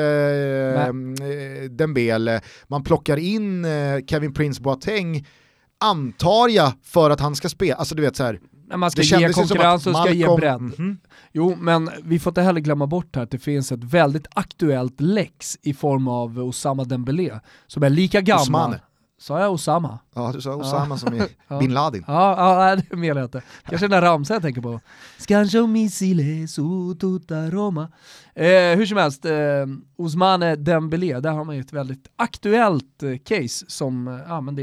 Dembele. Man plockar in Kevin Prince Boateng, antar jag, för att han ska spela. Alltså du vet så här, man ska ge konkurrens och ska ge bredd. Jo, men vi får inte heller glömma bort här att det finns ett väldigt aktuellt läx i form av Osama Dembélé, som är lika gammal. Osmane. Sa jag Osama? Ja, du sa Osama som är Bin Laden. Ja, det menar jag inte. Kanske den där ramsan jag tänker på. Scanjo missile su tutta Roma. Hur som helst, Ousmane Dembélé, där har man ju ett väldigt aktuellt case som, men det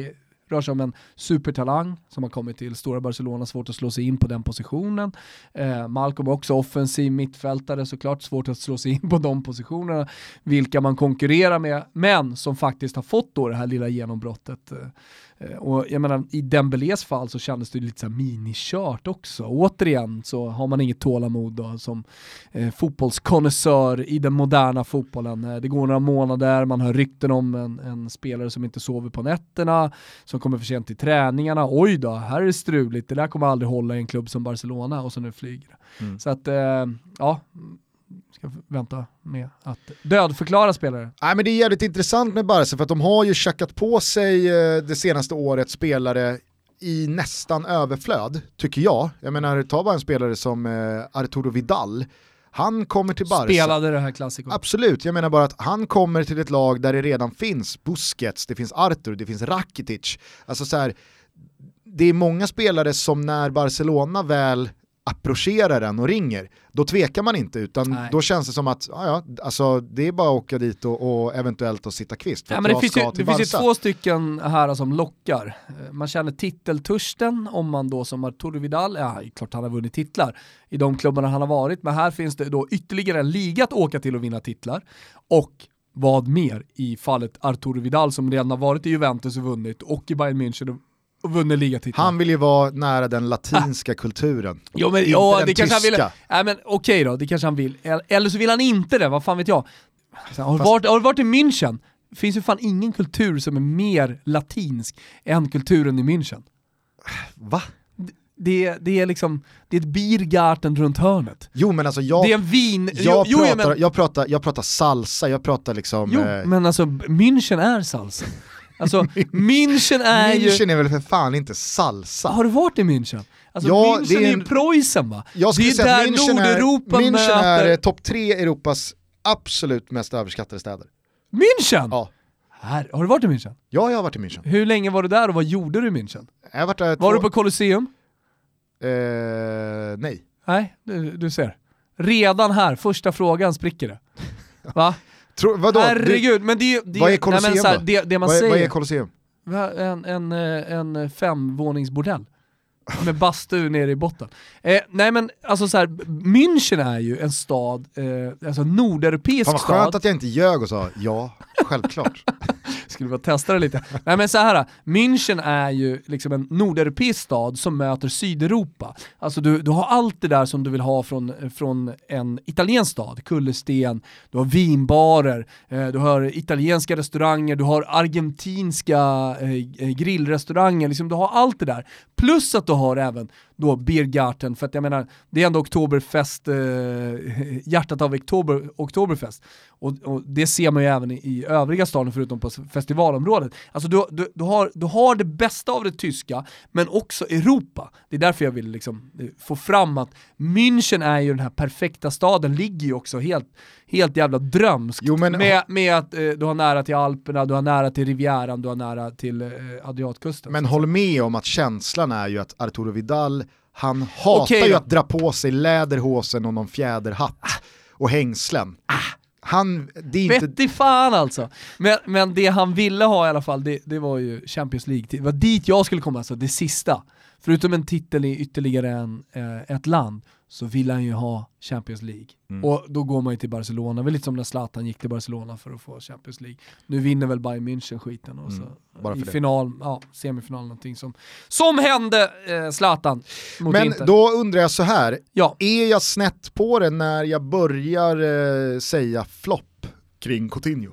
rör sig om en supertalang som har kommit till stora Barcelona, svårt att slå sig in på den positionen. Malcolm också offensiv mittfältare, såklart svårt att slå sig in på de positionerna, vilka man konkurrerar med, men som faktiskt har fått då det här lilla genombrottet. Och jag menar, i Dembélés fall så kändes det lite så här minikört också. Återigen så har man inget tålamod då, som fotbollskonnässör i den moderna fotbollen. Det går några månader, man hör rykten om en spelare som inte sover på nätterna, som kommer för sent till träningarna. Oj då, här är det struligt. Det där kommer aldrig hålla i en klubb som Barcelona, och så nu flyger det. Så att, ja, ska vänta med att dödförklara spelare. Nej, men det är jävligt intressant med Barca, för att de har ju checkat på sig det senaste året spelare i nästan överflöd, tycker jag. Jag menar, ta bara en spelare som Arturo Vidal. Han kommer till Barca. Spelade det här klassikon. Absolut, jag menar bara att han kommer till ett lag där det redan finns Busquets, det finns Artur, det finns Rakitic. Alltså så här, det är många spelare som när Barcelona väl approcherar den och ringer, då tvekar man inte, utan då känns det som att alltså, det är bara att åka dit och eventuellt att sitta kvist. Ja, men det finns ju 2 stycken här som lockar. Man känner titeltörsten om man då som Arturo Vidal, klart han har vunnit titlar i de klubbarna han har varit, men här finns det då ytterligare en liga att åka till och vinna titlar. Och vad mer i fallet Arturo Vidal som redan har varit i Juventus och vunnit, och i Bayern München och vunnit ligatitlar. Han vill ju vara nära den latinska kulturen. Jo, men det kanske han vill. Nej, men okej då, det kanske han vill. Eller så vill han inte det, vad fan vet jag. Har du varit i München? Det finns ju fan ingen kultur som är mer latinsk än kulturen i München. Va? Det är liksom, det är ett Biergarten runt hörnet. Jo, men alltså det är en vin. Jag pratar salsa, jag pratar liksom. Jo, men alltså München är salsa. Alltså München är väl för fan inte salsa. Har du varit i München? Alltså München är ju Preussen, va? Jag skulle säga att München är topp 3 Europas absolut mest överskattade städer. München? Ja. Har du varit i München? Ja, jag har varit i München. Hur länge var du där och vad gjorde du i München? Jag har varit där var du på Colosseum? Nej. Nej, du ser. Redan här, första frågan spricker det. Va? Vadå? Herregud, men det vad är Colosseum nej, men så här, det man säger, vad är Colosseum? En 5-våningsbordell med bastu nere i botten. Nej, men alltså så här, München är ju en stad, alltså nordeuropeisk stad. Fan vad skönt att jag inte ljög och sa ja, självklart. Skulle bara testa det lite. Nej, men så här, München är ju liksom en nordeuropeisk stad som möter Sydeuropa. Alltså du har allt det där som du vill ha från en italiensk stad, kullersten, du har vinbarer, du har italienska restauranger, du har argentinska grillrestauranger, liksom, du har allt det där. Plus att du har även då Biergarten, för att jag menar, det är ändå Oktoberfest, hjärtat av Oktoberfest. Och det ser man ju även i övriga staden förutom på festivalområdet. Alltså du har det bästa av det tyska, men också Europa. Det är därför jag vill liksom få fram att München är ju den här perfekta staden, ligger ju också helt jävla drömskt. Jo, men med att du har nära till Alperna, du har nära till Rivieran, du har nära till Adriatkusten. Men håll med om att känslan är ju att Arturo Vidal, han hatar ju att dra på sig läderhosen och någon fjäderhatt och hängslen. Det är inte... Vet fan alltså. Men det han ville ha i alla fall, det var ju Champions League. Det var dit jag skulle komma, alltså det sista. Förutom en titel i ytterligare ett land, så vill han ju ha Champions League. Och då går man ju till Barcelona. Väl lite som när Zlatan gick till Barcelona för att få Champions League. Nu vinner väl Bayern München skiten. Och så i final, semifinal någonting som hände Zlatan mot Men Inter. Då undrar jag så här. Ja. Är jag snett på det när jag börjar säga flopp kring Coutinho?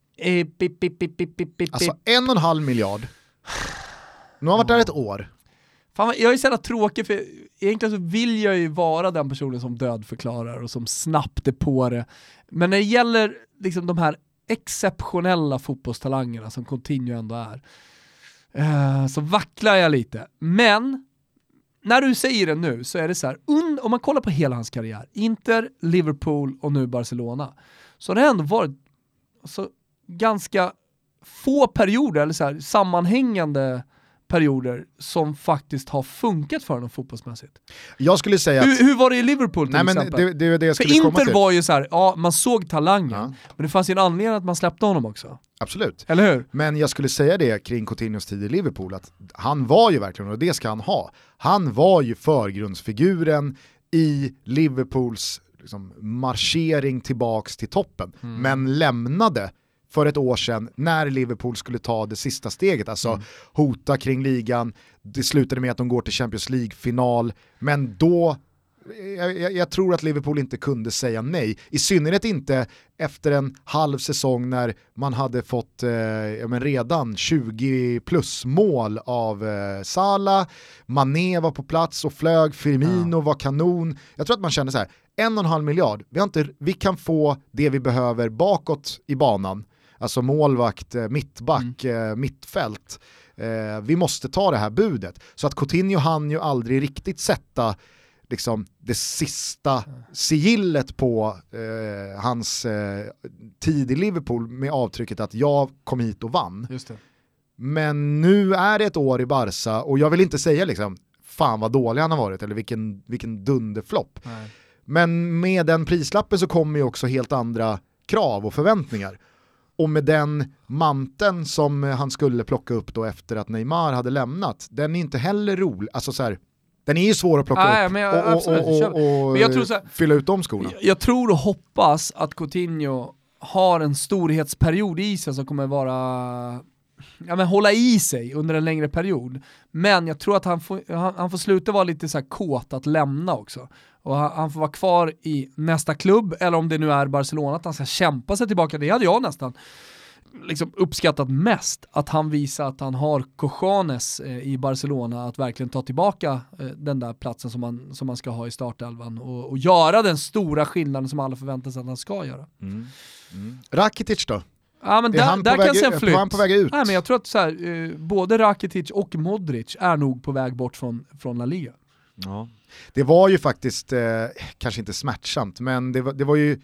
Alltså 1,5 miljard. Nu har varit där ett år. Fan, jag är så jävla tråkig, för egentligen så vill jag ju vara den personen som dödförklarar och som snabbt är på det. Men när det gäller liksom de här exceptionella fotbollstalangerna som Coutinho ändå är, så vacklar jag lite. Men när du säger det nu så är det så här, om man kollar på hela hans karriär, Inter, Liverpool och nu Barcelona, så har det ändå varit så ganska få perioder, eller så här, sammanhängande perioder som faktiskt har funkat för honom fotbollsmässigt. Jag skulle säga att... Hur var det i Liverpool till exempel? Det jag skulle för komma Inter till. var ju så här, ja, man såg talangen, men det fanns ju en anledning att man släppte honom också. Absolut. Eller hur? Men jag skulle säga det kring Coutinhos tid i Liverpool, att han var ju verkligen, och det ska han ha, han var ju förgrundsfiguren i Liverpools liksom marschering tillbaks till toppen, men lämnade för ett år sedan när Liverpool skulle ta det sista steget, alltså hota kring ligan. Det slutade med att de går till Champions League-final, men då jag tror att Liverpool inte kunde säga nej, i synnerhet inte efter en halv säsong när man hade fått redan 20 plus mål av Salah, Mané var på plats och flög, Firmino var kanon. Jag tror att man kände så här, 1,5 miljard, vi kan få det vi behöver bakåt i banan, alltså målvakt, mittback, mittfält. Vi måste ta det här budet. Så att Coutinho hann ju aldrig riktigt sätta liksom det sista sigillet på hans tid i Liverpool med avtrycket att jag kom hit och vann. Just det. Men nu är det ett år i Barca och jag vill inte säga liksom fan vad dålig han har varit eller vilken dunderflopp. Nej. Men med den prislappen så kommer ju också helt andra krav och förväntningar. Och med den manteln som han skulle plocka upp då efter att Neymar hade lämnat, den är inte heller rolig. Alltså så här, den är ju svår att plocka upp men jag tror så här, fylla ut de skorna. Jag tror och hoppas att Coutinho har en storhetsperiod i sig som kommer vara hålla i sig under en längre period. Men jag tror att han får sluta vara lite så här kåt att lämna också. Och han får vara kvar i nästa klubb, eller om det nu är Barcelona, att han ska kämpa sig tillbaka. Det hade jag nästan liksom uppskattat mest, att han visar att han har cojones i Barcelona att verkligen ta tillbaka den där platsen som man ska ha i startelvan och göra den stora skillnaden som alla förväntar sig att han ska göra. Rakitic då? Ja, men där kan se en flytt. Han på väg ut? Nej, men jag tror att så här, både Rakitic och Modric är nog på väg bort från La Liga. Ja. Det var ju faktiskt, kanske inte smärtsamt, men det var ju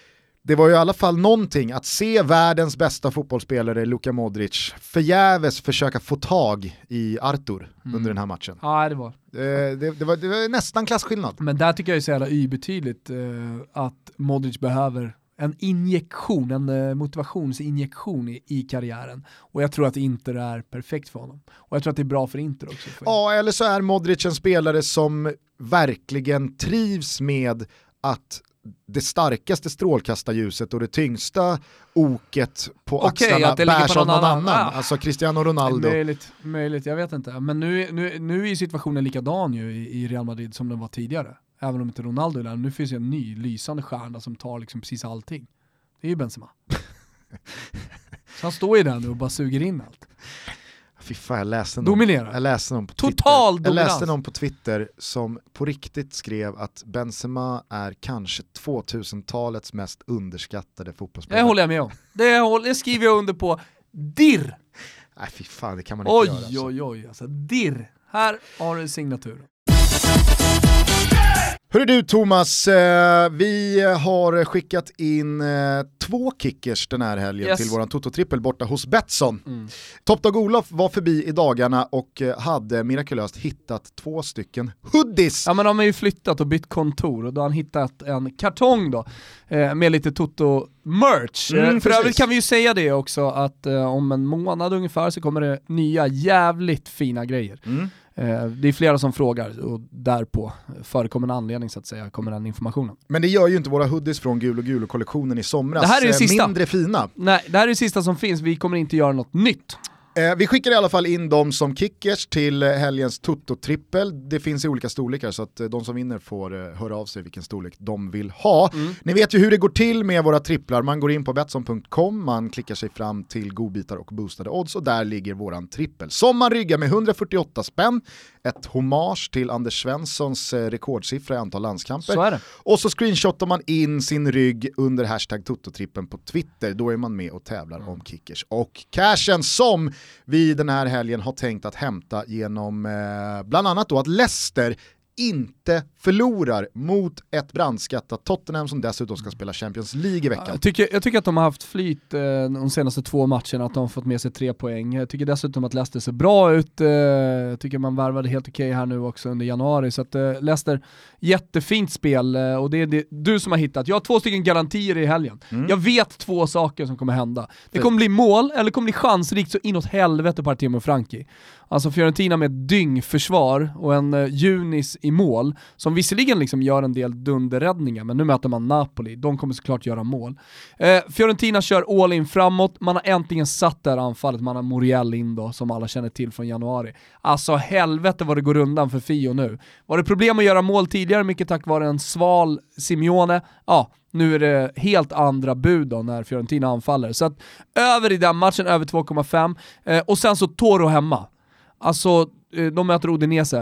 i alla fall någonting att se världens bästa fotbollsspelare Luka Modric förgäves försöka få tag i Arthur under den här matchen. Ja, det var. Det var nästan klasskillnad. Men där tycker jag är så jävla betydligt att Modric behöver en injektion, en motivationsinjektion i karriären. Och jag tror att Inter är perfekt för honom. Och jag tror att det är bra för Inter också. Ja, eller så är Modric en spelare som verkligen trivs med att det starkaste strålkastarljuset och det tyngsta oket på axlarna bärs av någon annan. Alltså Cristiano Ronaldo. Möjligt, jag vet inte. Men nu är ju situationen likadan ju i Real Madrid som den var tidigare. Även om inte Ronaldo är där. Nu finns ju en ny lysande stjärna som tar liksom precis allting. Det är ju Benzema. Så han står ju där nu och bara suger in allt. Fy fan, jag läste någon på Total Twitter. Jag läste någon på Twitter som på riktigt skrev att Benzema är kanske 2000-talets mest underskattade fotbollsspelare. Det håller jag med om. Det skriver jag under på. Dirr! Nej fy fan, det kan man inte göra. Oj, alltså dirr. Här har du signatur. Hörru du Thomas, vi har skickat in 2 kickers den här helgen till våran Toto-trippel borta hos Betsson. Top Dog Olof var förbi i dagarna och hade mirakulöst hittat 2 stycken hoodies. Ja, men de har ju flyttat och bytt kontor och då har han hittat en kartong då med lite Toto-merch. För övrigt kan vi ju säga det också att om en månad ungefär så kommer det nya jävligt fina grejer. Det är flera som frågar och därpå förekommer en anledning så att säga kommer den informationen. Men det gör ju inte våra hoodies från Gul och kollektionen i somras. Det här är det sista. Mindre fina. Nej, det här är det sista som finns. Vi kommer inte göra något nytt. Vi skickar i alla fall in dem som kickers till helgens Toto-trippel. Det finns i olika storlekar så att de som vinner får höra av sig vilken storlek de vill ha. Ni vet ju hur det går till med våra tripplar. Man går in på Betsson.com, man klickar sig fram till godbitar och boostade odds och där ligger våran trippel. Som man ryggar med 148 spänn. Ett hommage till Anders Svenssons rekordsiffra i antal landskamper. Så är det. Och så screenshotar man in sin rygg under hashtag Toto-trippen på Twitter. Då är man med och tävlar om kickers och cashen som vi den här helgen har tänkt att hämta genom bland annat då att Leicester inte förlorar mot ett brandskattat Tottenham som dessutom ska spela Champions League i veckan. Jag tycker att de har haft flyt de senaste 2 matcherna, att de har fått med sig 3 poäng. Jag tycker dessutom att Leicester ser bra ut. Jag tycker man värvade helt okej här nu också under januari. Så att Leicester, jättefint spel och det är det du som har hittat. Jag har 2 stycken garantier i helgen. Jag vet 2 saker som kommer hända. Det kommer bli mål eller kommer bli chansrikt så inåt helvete på Artemo Franchi. Alltså Fiorentina med ett dyngförsvar och en Junis i mål som visserligen liksom gör en del dunderräddningar, men nu möter man Napoli. De kommer såklart göra mål. Fiorentina kör all in framåt. Man har äntligen satt det här anfallet. Man har Muriel in då, som alla känner till från januari. Alltså helvete vad det går undan för Fio nu. Var det problem att göra mål tidigare, mycket tack vare en sval Simeone? Ja, nu är det helt andra bud då när Fiorentina anfaller. Så att över i den matchen, över 2,5. Och sen så Toro hemma. Alltså, de möter Udinese.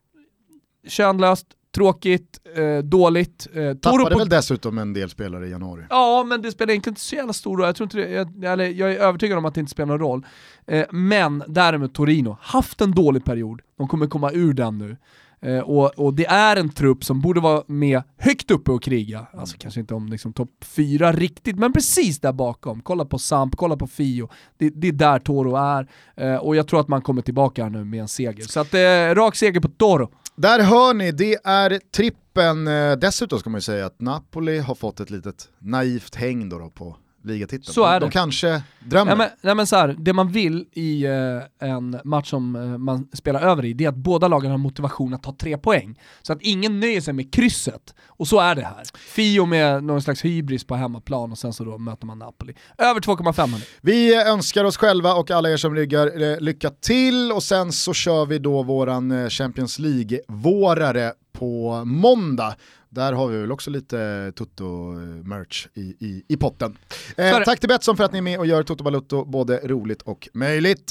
Könlöst, tråkigt, dåligt. Tappade väl dessutom en del spelare i januari. Ja, men det spelar egentligen inte så jävla stor roll. Jag tror inte jag är övertygad om att det inte spelar någon roll. Men däremot Torino, haft en dålig period. De kommer komma ur den nu. Och det är en trupp som borde vara med högt uppe och kriga. Alltså kanske inte om liksom topp 4 riktigt, men precis där bakom. Kolla på Samp, kolla på Fio. Det är där Toro är. Och jag tror att man kommer tillbaka här nu med en seger. Så att rak seger på Toro. Där hör ni, det är trippen. Dessutom ska man ju säga att Napoli har fått ett litet naivt häng då på ligatiteln. Så är det. De kanske drömmer. Nej men så här, det man vill i en match som man spelar över i, det är att båda lagen har motivation att ta 3 poäng. Så att ingen nöjer sig med krysset. Och så är det här. Fio med någon slags hybris på hemmaplan och sen så då möter man Napoli. Över 2,5. Vi önskar oss själva och alla er som ryggar lycka till, och sen så kör vi då våran Champions-League-vårare på måndag. Där har vi väl också lite Toto-merch i potten. Tack till Betsson för att ni är med och gör Toto Balutto både roligt och möjligt.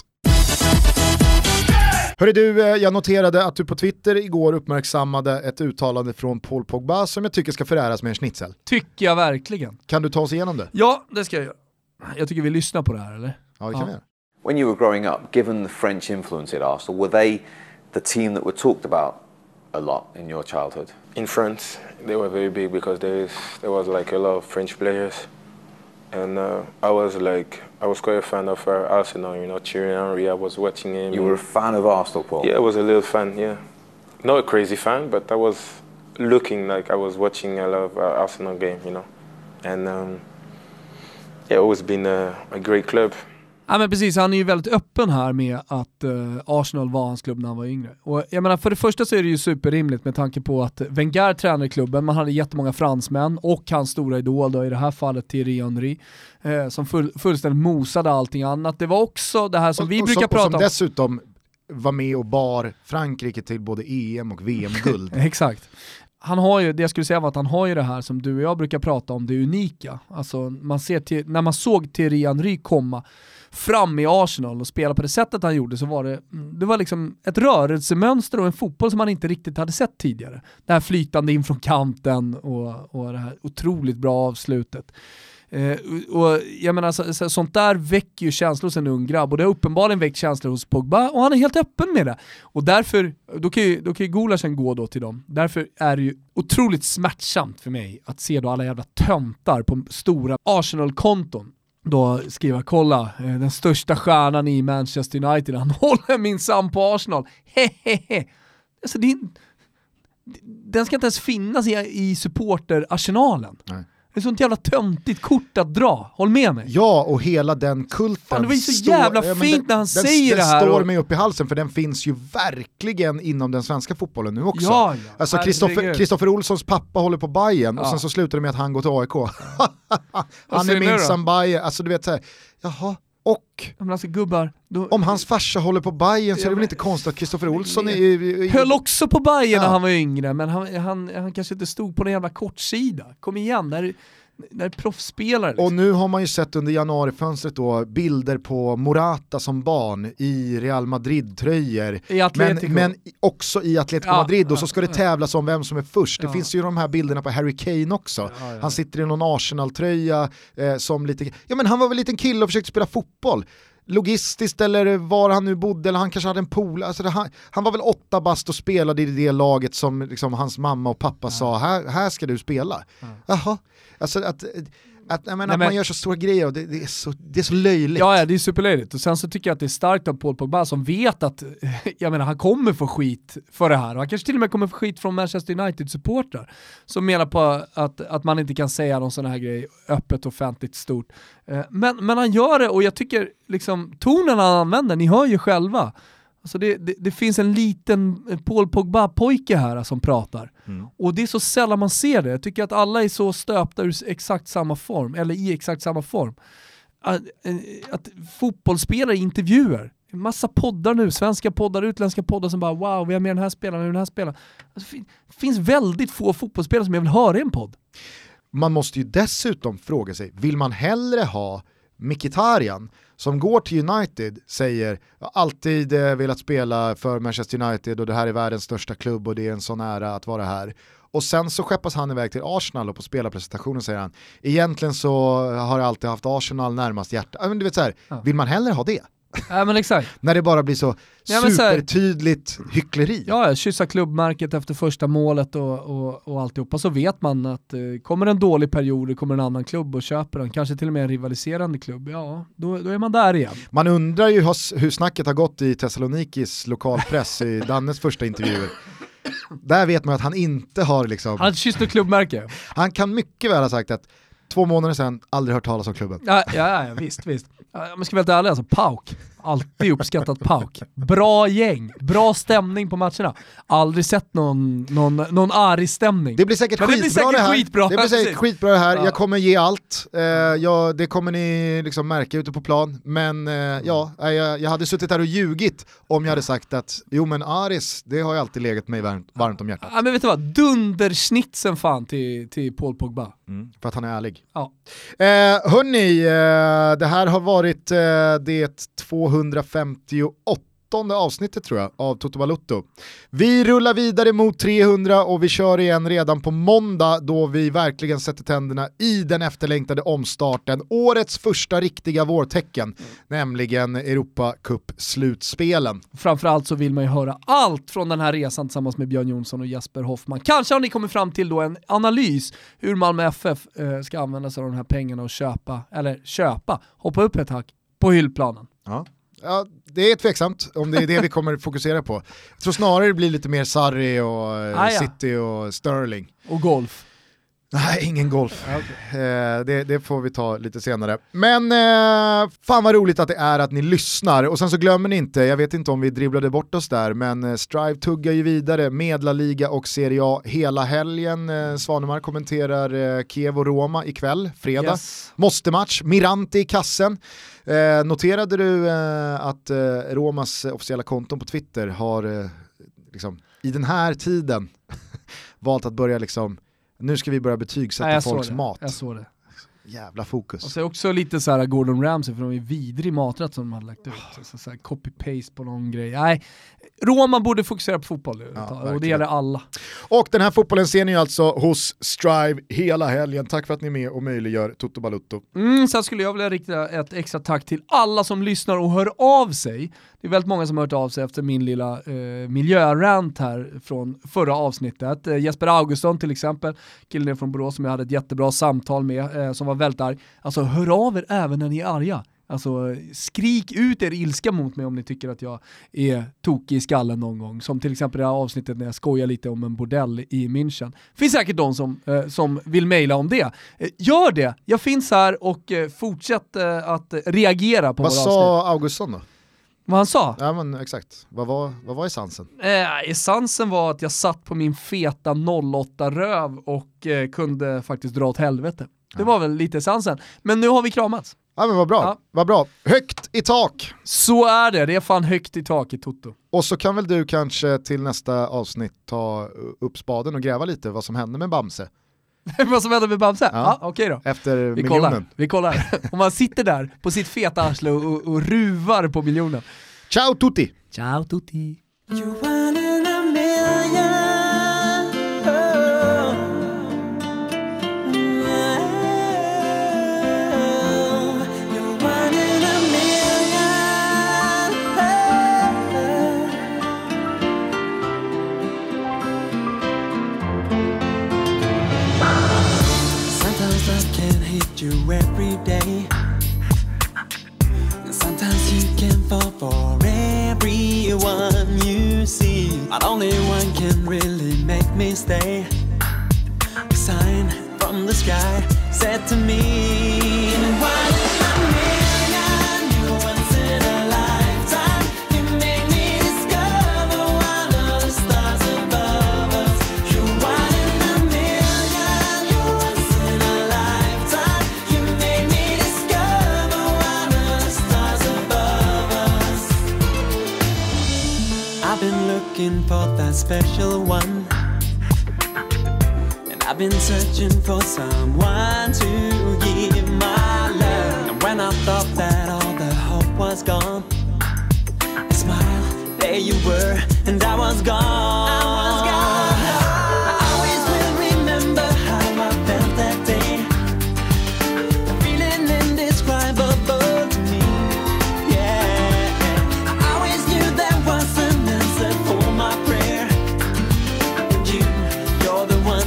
Hörru du, jag noterade att du på Twitter igår uppmärksammade ett uttalande från Paul Pogba som jag tycker ska föräras med en schnitzel. Tycker jag verkligen. Kan du ta oss igenom det? Ja, det ska jag göra. Jag tycker vi lyssnar på det här, eller? Ja, det kan vi göra. When you were growing up, given the French influence at Arsenal, were they the team that were talked about a lot in your childhood? In France, they were very big because there was like a lot of French players, and I was quite a fan of Arsenal. You know, Thierry Henry. I was watching him. You were a fan of Arsenal, Paul? Yeah, I was a little fan. Yeah, not a crazy fan, but I was looking like I was watching a lot of Arsenal game. You know, and yeah, always been a great club. Ja men precis, han är ju väldigt öppen här med att Arsenal var hans klubb när han var yngre. Och jag menar, för det första så är det ju superrimligt med tanke på att Wenger tränar i klubben, man hade jättemånga fransmän och hans stora idol då, i det här fallet Thierry Henry, som fullständigt mosade allting annat. Det var också det här som vi brukar prata om. Som dessutom var med och bar Frankrike till både EM och VM-guld. Exakt. Han har ju, det jag skulle säga var att han har ju det här som du och jag brukar prata om, det unika. Alltså man ser när man såg Thierry Henry komma fram i Arsenal och spela på det sättet han gjorde, så var det var liksom ett rörelsemönster och en fotboll som man inte riktigt hade sett tidigare. Det här flytande in från kanten och det här otroligt bra avslutet. Och jag menar, sånt där väcker ju känslor hos en ung grabb, och det har uppenbarligen väckt känslor hos Pogba, och han är helt öppen med det. Och därför, då kan ju Gulaschen gå då till dem. Därför är det ju otroligt smärtsamt för mig att se då alla jävla töntar på stora Arsenal-konton då skriva, kolla, den största stjärnan i Manchester United, han håller minsann på Arsenal. Hehehe. Alltså den ska inte ens finnas i supporter-arsenalen. Nej. Det är sånt jävla töntigt kort att dra. Håll med mig. Ja, och hela den kulten. Fan, det var ju så jävla fint när han säger det här. Den står mig upp i halsen, för den finns ju verkligen inom den svenska fotbollen nu också. Ja. Alltså Kristoffer Olssons pappa håller på Bayern, och sen så slutar det med att han går till AIK. Han är minsann Bayern. Alltså du vet såhär, jaha. Och alltså, gubbar, om hans farsa håller på Bayern så är det väl inte konstigt att Kristoffer Olsson höll också på Bayern när han var yngre, men han kanske inte stod på den jävla kortsida. Kom igen, där är proffsspelare. Liksom. Och nu har man ju sett under januarifönstret då bilder på Morata som barn i Real Madrid-tröjor. Men också i Atletico Madrid, och så ska det tävlas om vem som är först. Det finns ju de här bilderna på Harry Kane också. Han sitter i någon Arsenal-tröja som lite... Ja, men han var väl en liten kille och försökte spela fotboll. logistiskt eller var han nu bodde, eller han kanske hade en pool. Alltså han var väl 8 bast och spelade i det laget som liksom hans mamma och pappa sa, här ska du spela. Jaha, alltså att man gör så stora grejer och det är så löjligt. Ja, det är superlöjligt. Och sen så tycker jag att det är starkt av Paul Pogba som vet att han kommer få skit för det här. Och han kanske till och med kommer få skit från Manchester United-supportrar som menar på att man inte kan säga någon sån här grej öppet, offentligt, stort. Men han gör det, och jag tycker liksom tonen han använder, ni hör ju själva. Alltså det finns en liten Paul Pogba-pojke här som pratar. Och det är så sällan man ser det. Jag tycker att alla är så stöpta ur exakt samma form, eller i exakt samma form. Att fotbollsspelare intervjuer. En massa poddar nu, svenska poddar, utländska poddar som bara wow, vi har med den här spelaren. Alltså, det finns väldigt få fotbollsspelare som jag vill höra i en podd. Man måste ju dessutom fråga sig, vill man hellre ha Mkhitaryan som går till United, säger jag har alltid velat spela för Manchester United och det här är världens största klubb och det är en sån ära att vara här. Och sen så skeppas han iväg till Arsenal och på spelarpresentationen säger han, egentligen så har jag alltid haft Arsenal närmast hjärta. Men du vet så här, vill man hellre ha det? Ja, men exakt. När det bara blir så supertydligt hyckleri. Ja, kyssa klubbmärket efter första målet och alltihopa, så vet man att kommer en dålig period, det kommer en annan klubb och köper den, kanske till och med en rivaliserande klubb, ja, då är man där igen. Man undrar ju hur snacket har gått i Thessalonikis lokalpress i Dannes första intervjuer. Där vet man att han inte har liksom... Han kysst ett klubbmärke. Han kan mycket väl ha sagt att 2 månader sedan aldrig hört talas om klubben. Ja, visst. Man ska väl inte ärlig, alltså PAOK. Alltid uppskattat PAOK. Bra gäng, bra stämning på matcherna. Aldrig sett någon arg stämning. Det blir säkert skitbra det här. Det blir säkert skitbra det här. Ja. Jag kommer ge allt. Det kommer ni liksom märka ute på plan. Men jag hade suttit här och ljugit om jag hade sagt att men Aris, det har ju alltid legat mig varmt om hjärtat. Ja, men vet du vad? Dundersnitsen fan till Paul Pogba. För att han är ärlig. Ja. Hörrni, det här har varit det 258 avsnittet tror jag av Toto Balutto. Vi rullar vidare mot 300 och vi kör igen redan på måndag då vi verkligen sätter tänderna i den efterlängtade omstarten. Årets första riktiga vårtecken, nämligen Europa Cup-slutspelen. Framförallt så vill man ju höra allt från den här resan tillsammans med Björn Jonsson och Jesper Hoffman. Kanske har ni kommit fram till då en analys hur Malmö FF ska använda sig av de här pengarna och hoppa upp ett hack på hyllplanen. Ja, det är tveksamt om det är det vi kommer fokusera på. Jag tror snarare det blir lite mer Sarri och City och Sterling. Och golf. Nej, ingen golf. Okay. Det får vi ta lite senare. Men fan vad roligt att det är att ni lyssnar. Och sen så glömmer ni inte, jag vet inte om vi dribblade bort oss där, men Strive tuggar ju vidare med La Liga och Serie A hela helgen. Svanemar kommenterar Kiev och Roma ikväll, fredag. Yes. Måste match, Mirante i kassen. Noterade du att Romas officiella konton på Twitter har liksom, i den här tiden valt att börja liksom, nu ska vi börja betygsätta folks mat. Jag såg det. Jävla fokus. Och så också lite så här Gordon Ramsay, för de är vidrig maträtt som de hade lagt ut. Så här copy-paste på någon grej. Nej, Roma borde fokusera på fotboll och det gäller alla. Och den här fotbollen ser ni alltså hos Strive hela helgen. Tack för att ni är med och möjliggör Toto Balutto. Sen skulle jag vilja rikta ett extra tack till alla som lyssnar och hör av sig. Det är väldigt många som har hört av sig efter min lilla miljörant här från förra avsnittet. Jesper Augustsson till exempel, killen från Borås som jag hade ett jättebra samtal med, som var väldigt arg. Alltså hör av er även när ni är arga. Alltså skrik ut er ilska mot mig om ni tycker att jag är tokig i skallen någon gång. Som till exempel det här avsnittet när jag skojar lite om en bordell i München. Finns säkert de som vill mejla om det. Gör det! Jag finns här och fortsätt att reagera på våra avsnitt. Vad sa Augustsson då? Vad han sa? Ja men exakt. Vad var essensen? Essensen var att jag satt på min feta 08-röv och kunde faktiskt dra åt helvete. Det var väl lite essensen. Men nu har vi kramats. Ja men vad bra. Ja. Vad bra. Högt i tak. Så är det. Det är fan högt i tak i Toto. Och så kan väl du kanske till nästa avsnitt ta upp spaden och gräva lite vad som hände med Bamse. Vad som händer med Bamse? Ja, okej då. Efter vi miljonen. Vi kollar. Om man sitter där på sitt feta arsle och ruvar på miljonen. Ciao tutti! Ciao tutti! can really make me stay. A sign from the sky said to me, one in a million, you once in a lifetime. You made me discover one of the stars above us. You one in a million, you once in a lifetime. You made me discover one of the stars above us. I've been looking for that special one. I've been searching for someone to give my love. And when I thought that all the hope was gone, I smiled, there you were, and I was gone. I always will remember how I felt that day. A feeling indescribable to me. Yeah, I always knew there was an answer for my prayer. And you're the one.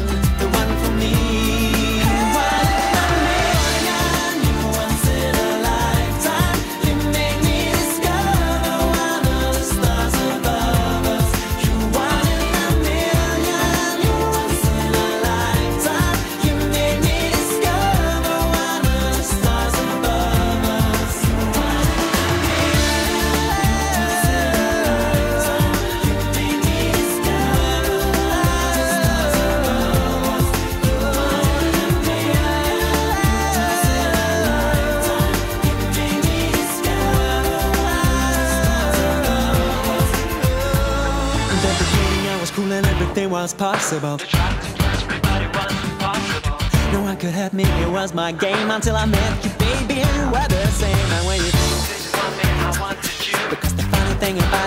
Everything was possible. To try to touch me, but it was impossible. No one could help me, it was my game until I met you, baby, and you were the same. And when you did want me, I wanted you. Because the funny thing about